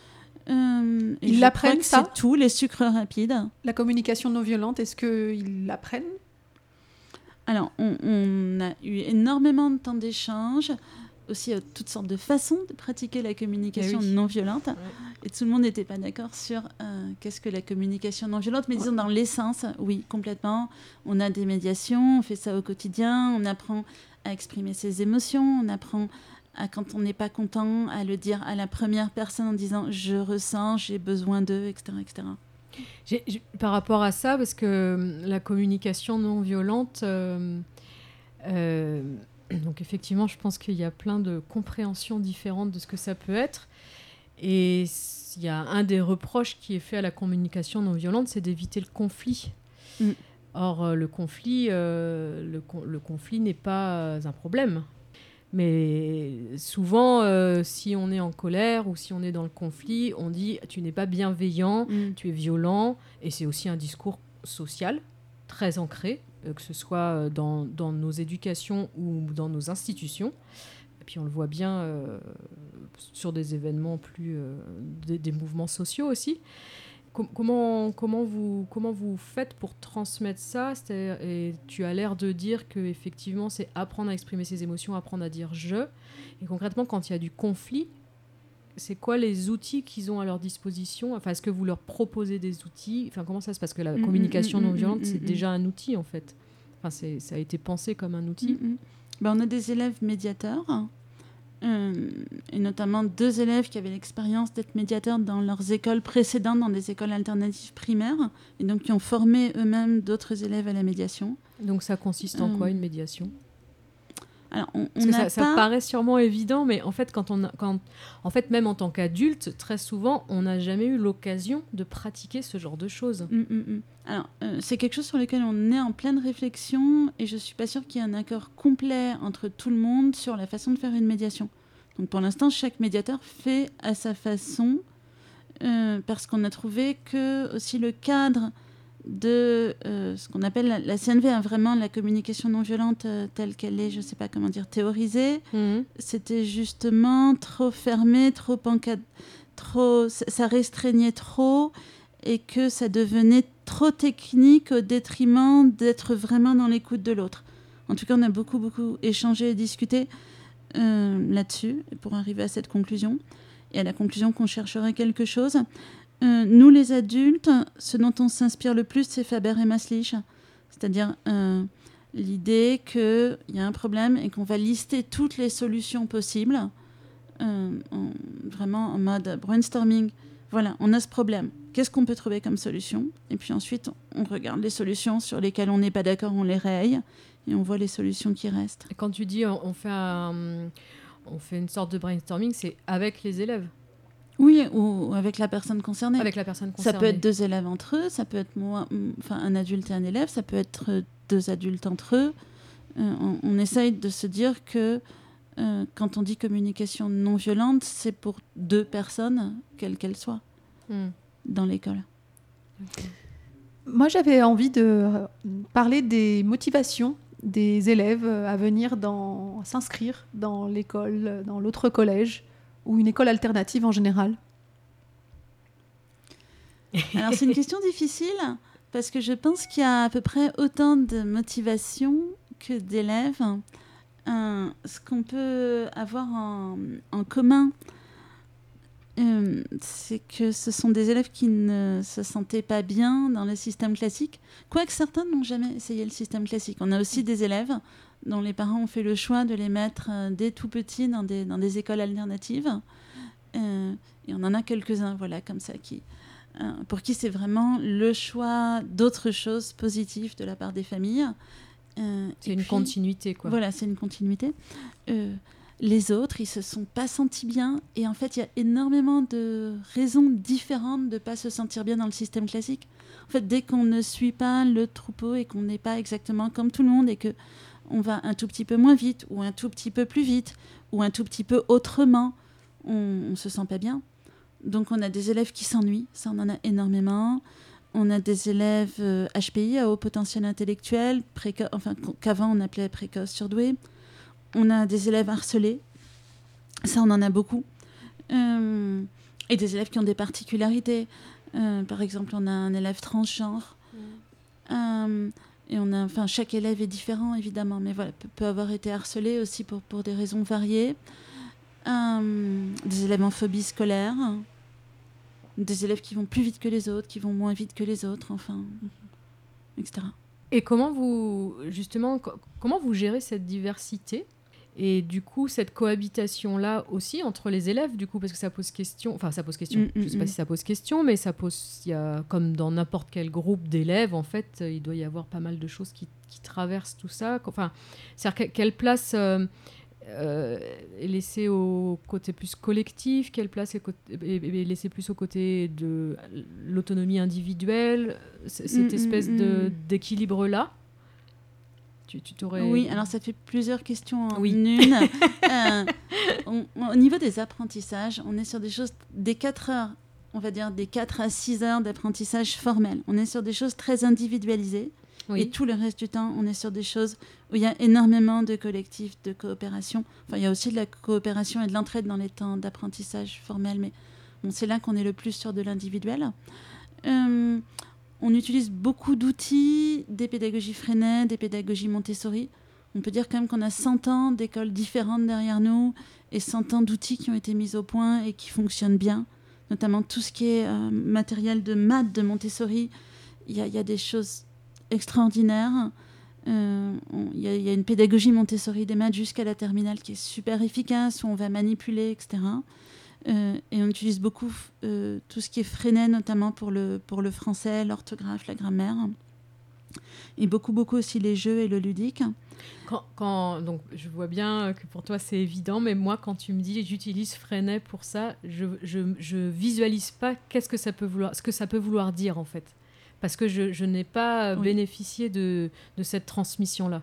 Euh, Ils l'apprennent, ça ? C'est tout, les sucres rapides. La communication non violente, est-ce qu'ils l'apprennent ? Alors, on, on a eu énormément de temps d'échange, aussi euh, toutes sortes de façons de pratiquer la communication oui. non violente. Ouais. Et tout le monde n'était pas d'accord sur euh, qu'est-ce que la communication non violente. Mais disons, dans l'essence, oui, complètement. On a des médiations, on fait ça au quotidien, on apprend à exprimer ses émotions, on apprend, à, quand on n'est pas content, à le dire à la première personne en disant « je ressens, j'ai besoin d'eux », et cetera et cetera. J'ai, j'ai, par rapport à ça, parce que la communication non violente... Euh, euh, Donc effectivement, je pense qu'il y a plein de compréhensions différentes de ce que ça peut être. Et il y a un des reproches qui est fait à la communication non violente, c'est d'éviter le conflit. Mm. Or, euh, le conflit, euh, le, le conflit n'est pas un problème. Mais souvent, euh, si on est en colère ou si on est dans le conflit, on dit « tu n'es pas bienveillant, mm. tu es violent ». Et c'est aussi un discours social très ancré, que ce soit dans, dans nos éducations ou dans nos institutions. Et puis on le voit bien euh, sur des événements plus... Euh, des, des mouvements sociaux aussi. com- comment, comment, vous, comment vous faites pour transmettre ça? C'est-à-dire, et tu as l'air de dire qu'effectivement, c'est apprendre à exprimer ses émotions, apprendre à dire « je ». Et concrètement, quand il y a du conflit, c'est quoi les outils qu'ils ont à leur disposition? Enfin, est-ce que vous leur proposez des outils? Enfin, comment ça se passe? Parce que la Mm, communication mm, non mm, violente, mm, c'est mm. déjà un outil, en fait. Enfin, c'est, ça a été pensé comme un outil. Mm-hmm. Ben, on a des élèves médiateurs, euh, et notamment deux élèves qui avaient l'expérience d'être médiateurs dans leurs écoles précédentes, dans des écoles alternatives primaires, et donc qui ont formé eux-mêmes d'autres élèves à la médiation. Donc, ça consiste en Euh, quoi, une médiation? Alors, on, Parce on que n'a ça, ça pas... paraît sûrement évident, mais en fait, quand on a, quand, en fait, même en tant qu'adulte, très souvent, on n'a jamais eu l'occasion de pratiquer ce genre de choses. Mm, mm, mm. Alors, euh, c'est quelque chose sur lequel on est en pleine réflexion, et je suis pas sûre qu'il y ait un accord complet entre tout le monde sur la façon de faire une médiation. Donc, pour l'instant, chaque médiateur fait à sa façon, euh, parce qu'on a trouvé que aussi le cadre de euh, ce qu'on appelle la, la C N V, hein, vraiment la communication non violente euh, telle qu'elle est, je sais pas comment dire, théorisée, Mhm. c'était justement trop fermé, trop encadré, trop, ça ça restreignait trop, et que ça devenait trop technique au détriment d'être vraiment dans l'écoute de l'autre. En tout cas, on a beaucoup, beaucoup échangé et discuté euh, là-dessus pour arriver à cette conclusion, et à la conclusion qu'on chercherait quelque chose. Euh, nous, les adultes, ce dont on s'inspire le plus, c'est Faber et Maslich. C'est-à-dire euh, l'idée qu'il y a un problème et qu'on va lister toutes les solutions possibles, euh, en- vraiment en mode brainstorming. Voilà, on a ce problème. Qu'est-ce qu'on peut trouver comme solution? Et puis ensuite, on regarde les solutions sur lesquelles on n'est pas d'accord, on les raye, et on voit les solutions qui restent. Et quand tu dis on, on fait un, on fait une sorte de brainstorming, c'est avec les élèves, Oui, ou avec la personne concernée. avec la personne Ça concernée. peut être deux élèves entre eux, ça peut être moi, mm, enfin un adulte et un élève, ça peut être euh, deux adultes entre eux. Euh, on, on essaye de se dire que euh, quand on dit communication non violente, c'est pour deux personnes, quelles qu'elles soient, Hmm. dans l'école. Moi, j'avais envie de euh, parler des motivations des élèves euh, à venir dans, s'inscrire dans l'école, euh, dans l'autre collège ou une école alternative en général. Alors c'est une question difficile, parce que je pense qu'il y a à peu près autant de motivation que d'élèves. Euh, ce qu'on peut avoir en, en commun, euh, c'est que ce sont des élèves qui ne se sentaient pas bien dans le système classique, quoique certains n'ont jamais essayé le système classique. On a aussi des élèves dont les parents ont fait le choix de les mettre euh, dès tout petits dans des, dans des écoles alternatives. Euh, et on en a quelques-uns, voilà, comme ça, qui, euh, pour qui c'est vraiment le choix d'autres choses positives de la part des familles. Euh, C'est et une puis, continuité, quoi. Voilà, c'est une continuité. Euh, les autres, ils se sont pas sentis bien. Et en fait, il y a énormément de raisons différentes de pas se sentir bien dans le système classique. En fait, dès qu'on ne suit pas le troupeau et qu'on n'est pas exactement comme tout le monde et que on va un tout petit peu moins vite ou un tout petit peu plus vite ou un tout petit peu autrement, on ne se sent pas bien. Donc, on a des élèves qui s'ennuient. Ça, on en a énormément. On a des élèves euh, H P I, à haut potentiel intellectuel, préco- enfin, qu'avant on appelait précoce surdoués. On a des élèves harcelés. Ça, on en a beaucoup. Euh, et des élèves qui ont des particularités. Euh, par exemple, on a un élève transgenre. Mmh. Euh, et on a, enfin, chaque élève est différent, évidemment, mais voilà, peut, peut avoir été harcelé aussi pour, pour des raisons variées. Euh, des élèves en phobie scolaire. Des élèves qui vont plus vite que les autres, qui vont moins vite que les autres, enfin, et cetera. Et comment vous, justement, co- comment vous gérez cette diversité et du coup cette cohabitation-là aussi entre les élèves, du coup, parce que ça pose question, enfin ça pose question, Mm, je mm, ne sais pas mm. si ça pose question, mais ça pose, il y a, comme dans n'importe quel groupe d'élèves, en fait, euh, il doit y avoir pas mal de choses qui, qui traversent tout ça. Enfin, c'est-à-dire que- quelle place euh, euh, est laissée au côté plus collectif, quelle place est, co- est- est laissée plus au côté de l'autonomie individuelle, c- cette Mm, espèce mm, de, mm. d'équilibre-là. Tu, tu t'aurais... Oui, alors ça fait plusieurs questions en Oui. une. Euh, on- on- au niveau des apprentissages, on est sur des choses, des quatre heures, on va dire des quatre à six heures d'apprentissage formel. On est sur des choses très individualisées. Oui. Et tout le reste du temps, on est sur des choses où il y a énormément de collectifs, de coopération. Enfin, il y a aussi de la coopération et de l'entraide dans les temps d'apprentissage formel, mais bon, c'est là qu'on est le plus sur de l'individuel. on utilise beaucoup d'outils, des pédagogies Freinet, des pédagogies Montessori. On peut dire quand même qu'on a cent ans d'écoles différentes derrière nous et cent ans d'outils qui ont été mis au point et qui fonctionnent bien, notamment tout ce qui est euh, matériel de maths de Montessori. Il y, y a des choses extraordinaires. Euh, on, y, y a une pédagogie Montessori des maths jusqu'à la terminale qui est super efficace, où on va manipuler, et cetera. Euh, et on utilise beaucoup euh, tout ce qui est Freinet, notamment pour le, pour le français, l'orthographe, la grammaire. Et beaucoup, beaucoup aussi les jeux et le ludique. Quand, quand, donc, je vois bien que pour toi c'est évident, mais moi quand tu me dis j'utilise Freinet pour ça, je, je, je visualise pas qu'est-ce que ça peut vouloir, ce que ça peut vouloir dire en fait, parce que je, je n'ai pas oui. bénéficié de, de cette transmission-là.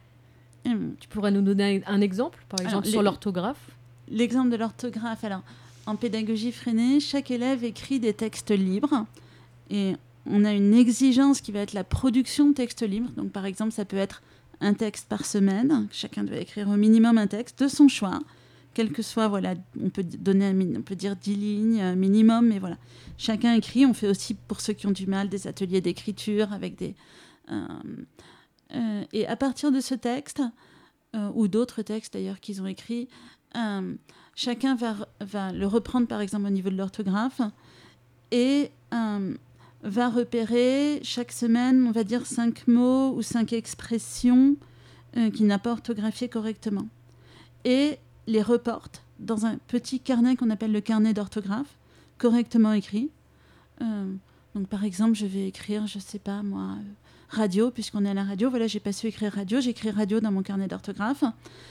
Hum. Tu pourrais nous donner un exemple, par exemple, alors, sur les, l'orthographe? L'exemple de l'orthographe, alors en pédagogie Freinet, chaque élève écrit des textes libres et on a une exigence qui va être la production de textes libres. Donc par exemple, ça peut être un texte par semaine. Chacun doit écrire au minimum un texte de son choix, quel que soit, voilà, on peut donner, un, on peut dire dix lignes minimum, mais voilà. Chacun écrit. On fait aussi, pour ceux qui ont du mal, des ateliers d'écriture avec des... Euh, euh, et à partir de ce texte, euh, ou d'autres textes d'ailleurs qu'ils ont écrits, euh, chacun va, va le reprendre par exemple au niveau de l'orthographe et... Euh, va repérer chaque semaine, on va dire, cinq mots ou cinq expressions euh, qu'il n'a pas orthographiées correctement. Et les reporte dans un petit carnet qu'on appelle le carnet d'orthographe, correctement écrit. Euh, donc, par exemple, je vais écrire, je ne sais pas, moi, euh, radio, puisqu'on est à la radio. Voilà, j'ai pas su écrire radio, j'écris radio dans mon carnet d'orthographe.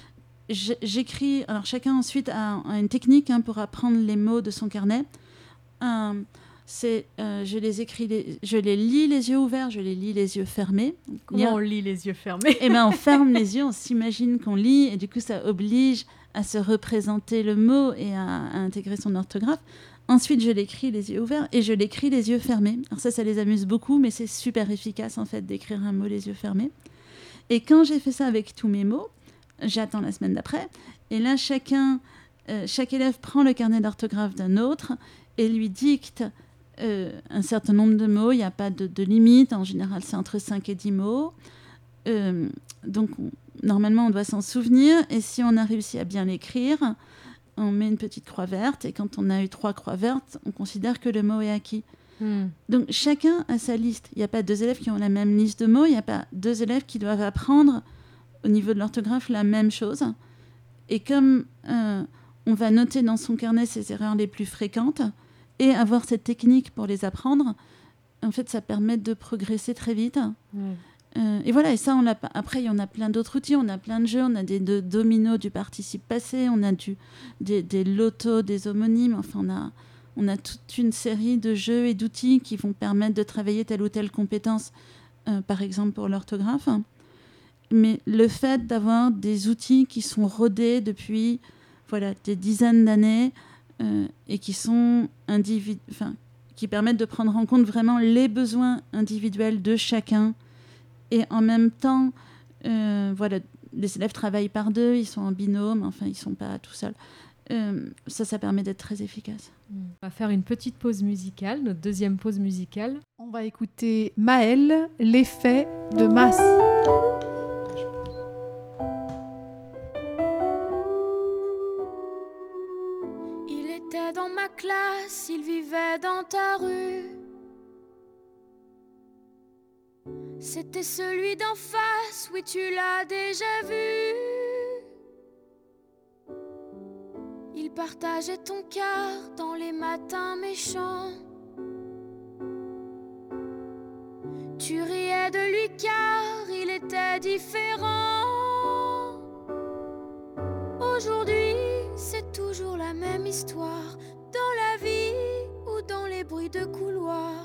J'écris, alors chacun ensuite a, a une technique hein, pour apprendre les mots de son carnet. Euh, C'est, euh, je les écris, les, je les lis les yeux ouverts, je les lis les yeux fermés. Comment on lit les yeux fermés? Eh ben, on ferme les yeux, on s'imagine qu'on lit, et du coup, ça oblige à se représenter le mot et à, à intégrer son orthographe. Ensuite, je l'écris les yeux ouverts et je l'écris les yeux fermés. Alors ça, ça les amuse beaucoup, mais c'est super efficace en fait d'écrire un mot les yeux fermés. Et quand j'ai fait ça avec tous mes mots, j'attends la semaine d'après. Et là, chacun, euh, chaque élève prend le carnet d'orthographe d'un autre et lui dicte Euh, un certain nombre de mots, il n'y a pas de, de limite, en général c'est entre cinq et dix mots, euh, donc on, normalement on doit s'en souvenir, et si on a réussi à bien l'écrire, on met une petite croix verte, et quand on a eu trois croix vertes, on considère que le mot est acquis. Mm. Donc chacun a sa liste, il n'y a pas deux élèves qui ont la même liste de mots, il n'y a pas deux élèves qui doivent apprendre au niveau de l'orthographe la même chose, et comme euh, on va noter dans son carnet ses erreurs les plus fréquentes, et avoir cette technique pour les apprendre, en fait, ça permet de progresser très vite. Mmh. Euh, et voilà, et ça, on l'a pas. Après, on a plein d'autres outils, on a plein de jeux, on a des de, dominos du participe passé, on a du, des, des lotos, des homonymes, enfin, on a, on a toute une série de jeux et d'outils qui vont permettre de travailler telle ou telle compétence, euh, par exemple pour l'orthographe. Mais le fait d'avoir des outils qui sont rodés depuis voilà, des dizaines d'années, Euh, et qui sont individu- enfin, qui permettent de prendre en compte vraiment les besoins individuels de chacun. Et en même temps, euh, voilà, les élèves travaillent par deux, ils sont en binôme, enfin, ils ne sont pas tout seuls. Euh, ça, ça permet d'être très efficace. On va faire une petite pause musicale, notre deuxième pause musicale. On va écouter Maëlle, l'effet de masse. Dans ma classe, il vivait dans ta rue. C'était celui d'en face, oui tu l'as déjà vu. Il partageait ton cœur dans les matins méchants. Tu riais de lui car il était différent. Aujourd'hui, c'est toujours la même histoire, dans la vie ou dans les bruits de couloir.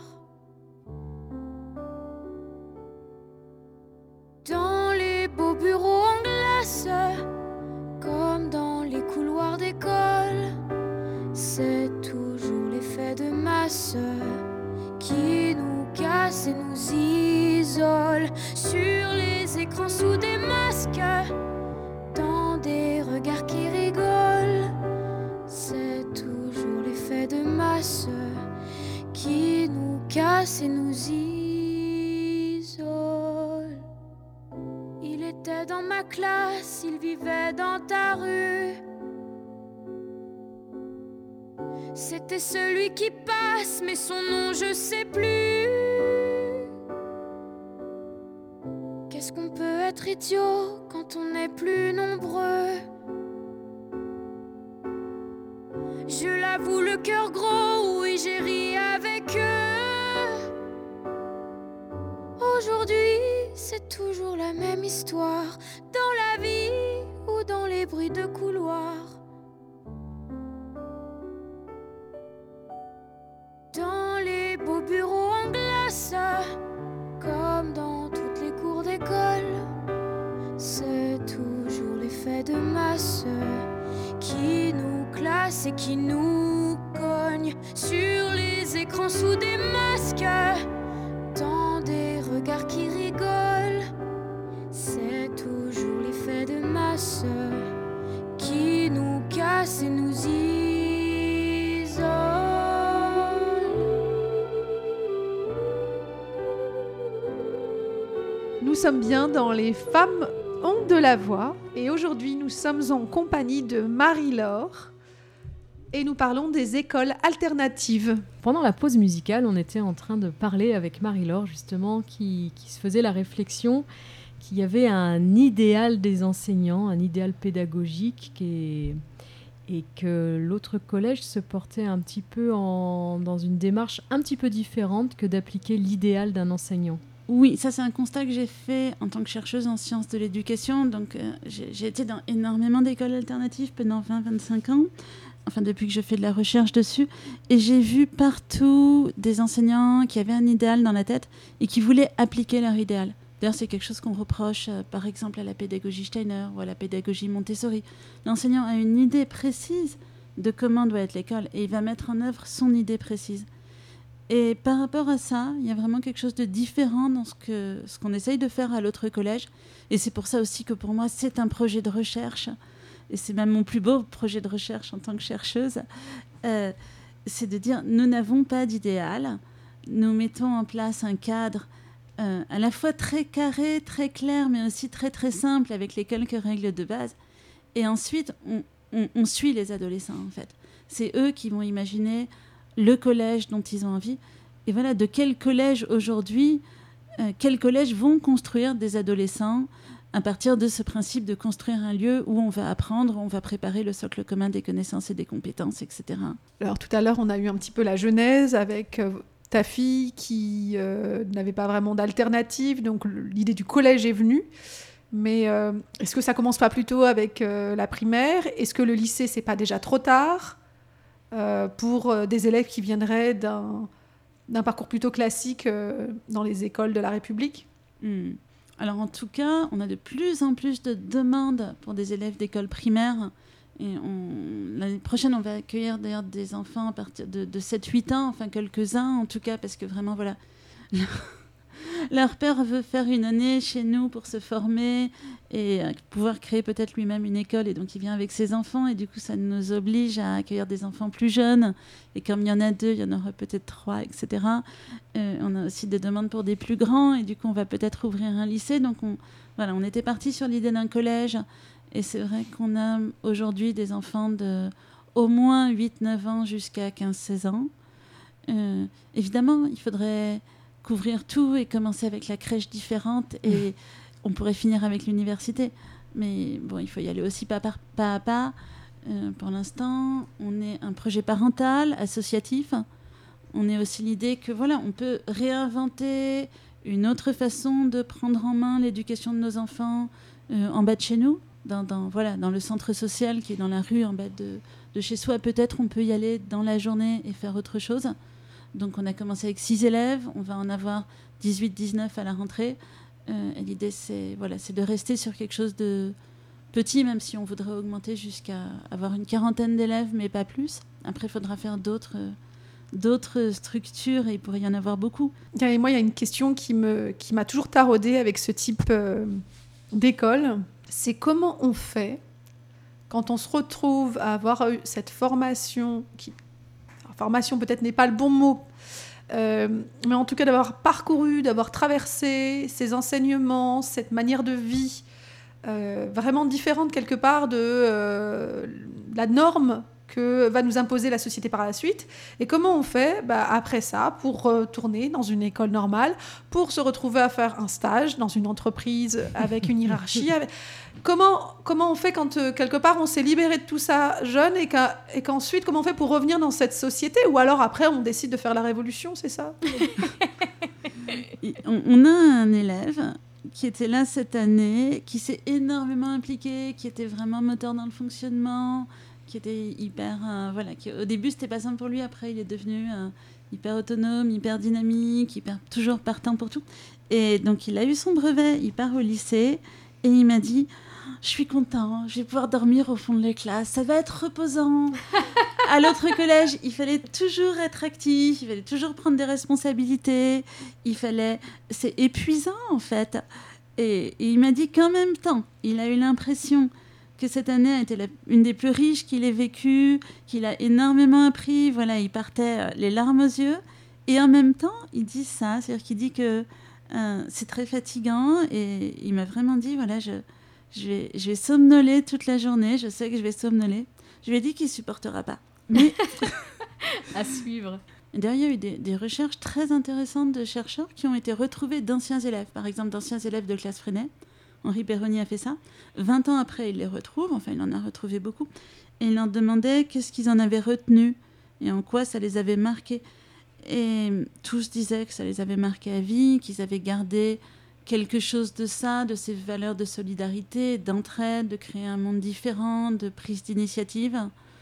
Dans les beaux bureaux en glace, comme dans les couloirs d'école, c'est toujours l'effet de masse qui nous casse et nous isole. Sur les écrans sous des masques, dans des regards qui rigolent, c'est toujours l'effet de masse qui nous casse et nous isole. dans ma classe, il vivait dans ta rue. C'était celui qui passe, mais son nom je sais plus. Qu'est-ce qu'on peut être idiot quand on est plus nombreux? Je l'avoue, le cœur gros, oui j'ai ri avec eux. Aujourd'hui, c'est toujours la même histoire, dans la vie ou dans les bruits de couloir. Dans les beaux bureaux en glace, comme dans toutes les cours d'école, c'est toujours l'effet de masse qui nous classe et qui nous cogne sur les écrans sous des masques. Dans des regards qui rigolent, c'est toujours l'effet de masse qui nous casse et nous isole. Nous sommes bien dans Les Femmes ont de la voix et aujourd'hui nous sommes en compagnie de Marie-Laure et nous parlons des écoles alternatives. Pendant la pause musicale, on était en train de parler avec Marie-Laure justement qui, qui se faisait la réflexion qu'il y avait un idéal des enseignants, un idéal pédagogique qui est... et que l'autre collège se portait un petit peu en... dans une démarche un petit peu différente que d'appliquer l'idéal d'un enseignant. Oui, ça c'est un constat que j'ai fait en tant que chercheuse en sciences de l'éducation. Donc euh, j'ai, j'ai été dans énormément d'écoles alternatives pendant vingt à vingt-cinq ans, enfin depuis que je fais de la recherche dessus. Et j'ai vu partout des enseignants qui avaient un idéal dans la tête et qui voulaient appliquer leur idéal. D'ailleurs, c'est quelque chose qu'on reproche euh, par exemple à la pédagogie Steiner ou à la pédagogie Montessori. L'enseignant a une idée précise de comment doit être l'école et il va mettre en œuvre son idée précise. Et par rapport à ça, il y a vraiment quelque chose de différent dans ce, que, ce qu'on essaye de faire à l'autre collège. Et c'est pour ça aussi que pour moi, c'est un projet de recherche. Et c'est même mon plus beau projet de recherche en tant que chercheuse. Euh, c'est de dire, nous n'avons pas d'idéal. Nous mettons en place un cadre euh, à la fois très carré, très clair, mais aussi très très simple avec les quelques règles de base. Et ensuite, on, on, on suit les adolescents, en fait. C'est eux qui vont imaginer le collège dont ils ont envie. Et voilà, de quel collège aujourd'hui, euh, quels collèges vont construire des adolescents à partir de ce principe de construire un lieu où on va apprendre, on va préparer le socle commun des connaissances et des compétences, et cetera. Alors tout à l'heure, on a eu un petit peu la genèse avec euh, ta fille qui euh, n'avait pas vraiment d'alternative, donc l'idée du collège est venue. Mais euh, est-ce que ça commence pas plutôt avec euh, la primaire? Est-ce que le lycée, c'est pas déjà trop tard euh, pour euh, des élèves qui viendraient d'un, d'un parcours plutôt classique euh, dans les écoles de la République? Hmm. Alors en tout cas, on a de plus en plus de demandes pour des élèves d'école primaire. Et on, l'année prochaine, on va accueillir d'ailleurs des enfants à partir de, de sept huit ans, enfin quelques-uns en tout cas, parce que vraiment, voilà, leur père veut faire une année chez nous pour se former et euh, pouvoir créer peut-être lui-même une école. Et donc, il vient avec ses enfants et du coup, ça nous oblige à accueillir des enfants plus jeunes. Et comme il y en a deux, il y en aura peut-être trois, et cetera. Euh, on a aussi des demandes pour des plus grands et du coup, on va peut-être ouvrir un lycée. Donc, on, voilà, on était parti sur l'idée d'un collège. Et c'est vrai qu'on a aujourd'hui des enfants de au moins huit neuf ans jusqu'à quinze seize ans. Euh, évidemment, il faudrait couvrir tout et commencer avec la crèche différente et on pourrait finir avec l'université. Mais bon, il faut y aller aussi pas, par, pas à pas. Euh, pour l'instant, on est un projet parental, associatif. On est aussi l'idée que voilà, on peut réinventer une autre façon de prendre en main l'éducation de nos enfants euh, en bas de chez nous. Dans, dans, voilà, dans le centre social qui est dans la rue en bas de, de chez soi. Peut-être on peut y aller dans la journée et faire autre chose. Donc on a commencé avec six élèves, on va en avoir dix-huit dix-neuf à la rentrée. Euh, et l'idée c'est, voilà, c'est de rester sur quelque chose de petit, même si on voudrait augmenter jusqu'à avoir une quarantaine d'élèves, mais pas plus. Après il faudra faire d'autres, euh, d'autres structures et il pourrait y en avoir beaucoup. Et moi il y a une question qui, me, qui m'a toujours taraudée avec ce type euh, d'école. C'est comment on fait quand on se retrouve à avoir eu cette formation, qui, alors, formation peut-être n'est pas le bon mot, euh, mais en tout cas d'avoir parcouru, d'avoir traversé ces enseignements, cette manière de vie euh, vraiment différente quelque part de euh, la norme que va nous imposer la société par la suite. Et comment on fait bah, après ça pour retourner dans une école normale, pour se retrouver à faire un stage dans une entreprise avec une hiérarchie avec... Comment, comment on fait quand, euh, quelque part, on s'est libéré de tout ça jeune et, qu'à, et qu'ensuite, comment on fait pour revenir dans cette société? Ou alors, après, on décide de faire la révolution, c'est ça? on, on a un élève qui était là cette année, qui s'est énormément impliqué, qui était vraiment moteur dans le fonctionnement, qui était hyper... Euh, voilà, qui, au début, c'était pas simple pour lui. Après, il est devenu euh, hyper autonome, hyper dynamique, hyper, toujours partant pour tout. Et donc, il a eu son brevet, il part au lycée, et il m'a dit... Je suis content, je vais pouvoir dormir au fond de la classe, ça va être reposant. À l'autre collège, il fallait toujours être actif, il fallait toujours prendre des responsabilités, il fallait... c'est épuisant en fait. Et, et il m'a dit qu'en même temps, il a eu l'impression que cette année a été la, une des plus riches qu'il ait vécues, qu'il a énormément appris, voilà, il partait les larmes aux yeux. Et en même temps, il dit ça, c'est-à-dire qu'il dit que euh, c'est très fatigant, et il m'a vraiment dit, voilà, je... Je vais, je vais somnoler toute la journée. Je sais que je vais somnoler. Je lui ai dit qu'il ne supportera pas. Mais à suivre. D'ailleurs, il y a eu des, des recherches très intéressantes de chercheurs qui ont été retrouvés d'anciens élèves. Par exemple, d'anciens élèves de classe Freinet. Henri Perroni a fait ça. vingt ans après, il les retrouve. Enfin, il en a retrouvé beaucoup. Et il leur demandait qu'est-ce qu'ils en avaient retenu et en quoi ça les avait marqués. Et tous disaient que ça les avait marqués à vie, qu'ils avaient gardé... quelque chose de ça, de ces valeurs de solidarité, d'entraide, de créer un monde différent, de prise d'initiative.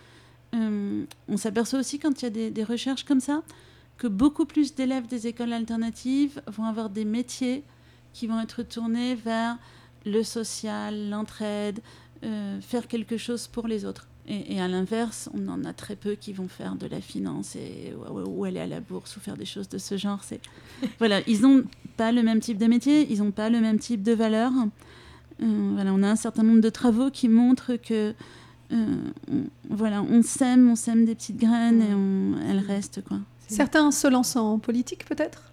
Euh, on s'aperçoit aussi, quand il y a des, des recherches comme ça, que beaucoup plus d'élèves des écoles alternatives vont avoir des métiers qui vont être tournés vers le social, l'entraide, euh, faire quelque chose pour les autres. Et, et à l'inverse, on en a très peu qui vont faire de la finance et, ou, ou aller à la bourse ou faire des choses de ce genre. C'est... Voilà, ils n'ont pas le même type de métier, ils n'ont pas le même type de valeurs. Euh, voilà, on a un certain nombre de travaux qui montrent que euh, on, voilà, on sème, on sème des petites graines et on, elles restent, quoi. Certains se lancent en politique, peut-être?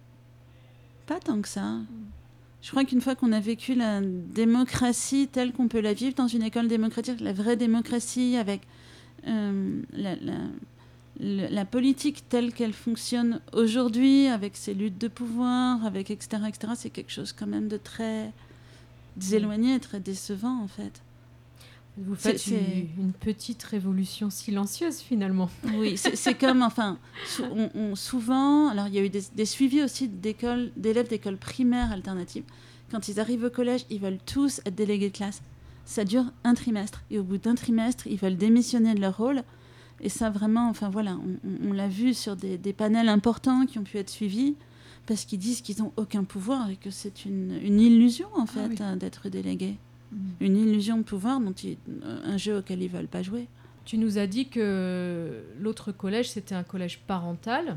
Pas tant que ça. Je crois qu'une fois qu'on a vécu la démocratie telle qu'on peut la vivre dans une école démocratique, la vraie démocratie avec euh, la, la, la, la politique telle qu'elle fonctionne aujourd'hui, avec ses luttes de pouvoir, avec et cetera, et cetera, c'est quelque chose quand même de très éloigné, très décevant en fait. Vous faites c'est, c'est... une petite révolution silencieuse finalement. Oui, c'est, c'est comme, enfin, sou- on, on, souvent, alors il y a eu des, des suivis aussi d'écoles, d'élèves d'écoles primaires alternatives. Quand ils arrivent au collège, ils veulent tous être délégués de classe. Ça dure un trimestre. Et au bout d'un trimestre, ils veulent démissionner de leur rôle. Et ça, vraiment, enfin voilà, on, on l'a vu sur des, des panels importants qui ont pu être suivis, parce qu'ils disent qu'ils n'ont aucun pouvoir et que c'est une, une illusion, en fait, ah oui. hein, d'être délégués. Une illusion de pouvoir, dont ils, un jeu auquel ils ne veulent pas jouer. Tu nous as dit que l'autre collège, c'était un collège parental.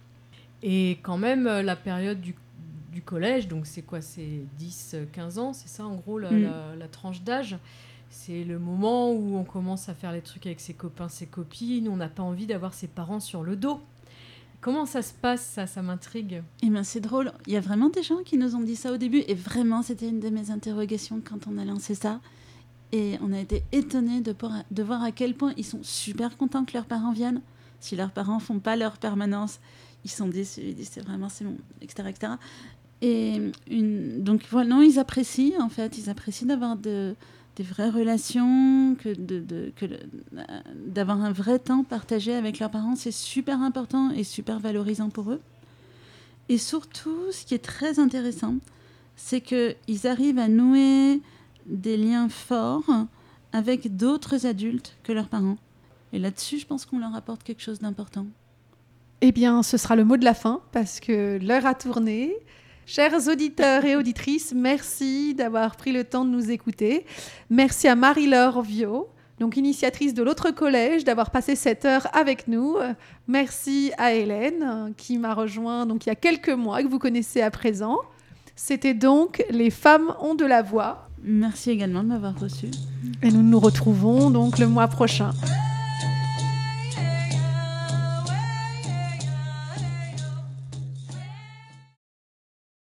Et quand même, la période du, du collège, donc c'est quoi? C'est dix quinze ans, c'est ça en gros la, mm. la, la tranche d'âge. C'est le moment où on commence à faire les trucs avec ses copains, ses copines. On n'a pas envie d'avoir ses parents sur le dos. Comment ça se passe, ça, ça m'intrigue. Eh bien, c'est drôle. Il y a vraiment des gens qui nous ont dit ça au début. Et vraiment, c'était une de mes interrogations quand on a lancé ça. Et on a été étonnés de, de voir à quel point ils sont super contents que leurs parents viennent. Si leurs parents ne font pas leur permanence, ils sont déçus. Ils disent, c'est vraiment, c'est bon, et cetera, et cetera. Et une... donc, voilà, non, ils apprécient, en fait. Ils apprécient d'avoir de... des vraies relations, que de, de, que le, d'avoir un vrai temps partagé avec leurs parents, c'est super important et super valorisant pour eux. Et surtout, ce qui est très intéressant, c'est qu'ils arrivent à nouer des liens forts avec d'autres adultes que leurs parents. Et là-dessus, je pense qu'on leur apporte quelque chose d'important. Eh bien, ce sera le mot de la fin, parce que l'heure a tourné. Chers auditeurs et auditrices, merci d'avoir pris le temps de nous écouter. Merci à Marie-Laure Viau, donc initiatrice de l'autre collège, d'avoir passé cette heure avec nous. Merci à Hélène, qui m'a rejoint donc il y a quelques mois, que vous connaissez à présent. C'était donc Les femmes ont de la voix. Merci également de m'avoir reçue. Et nous nous retrouvons donc le mois prochain.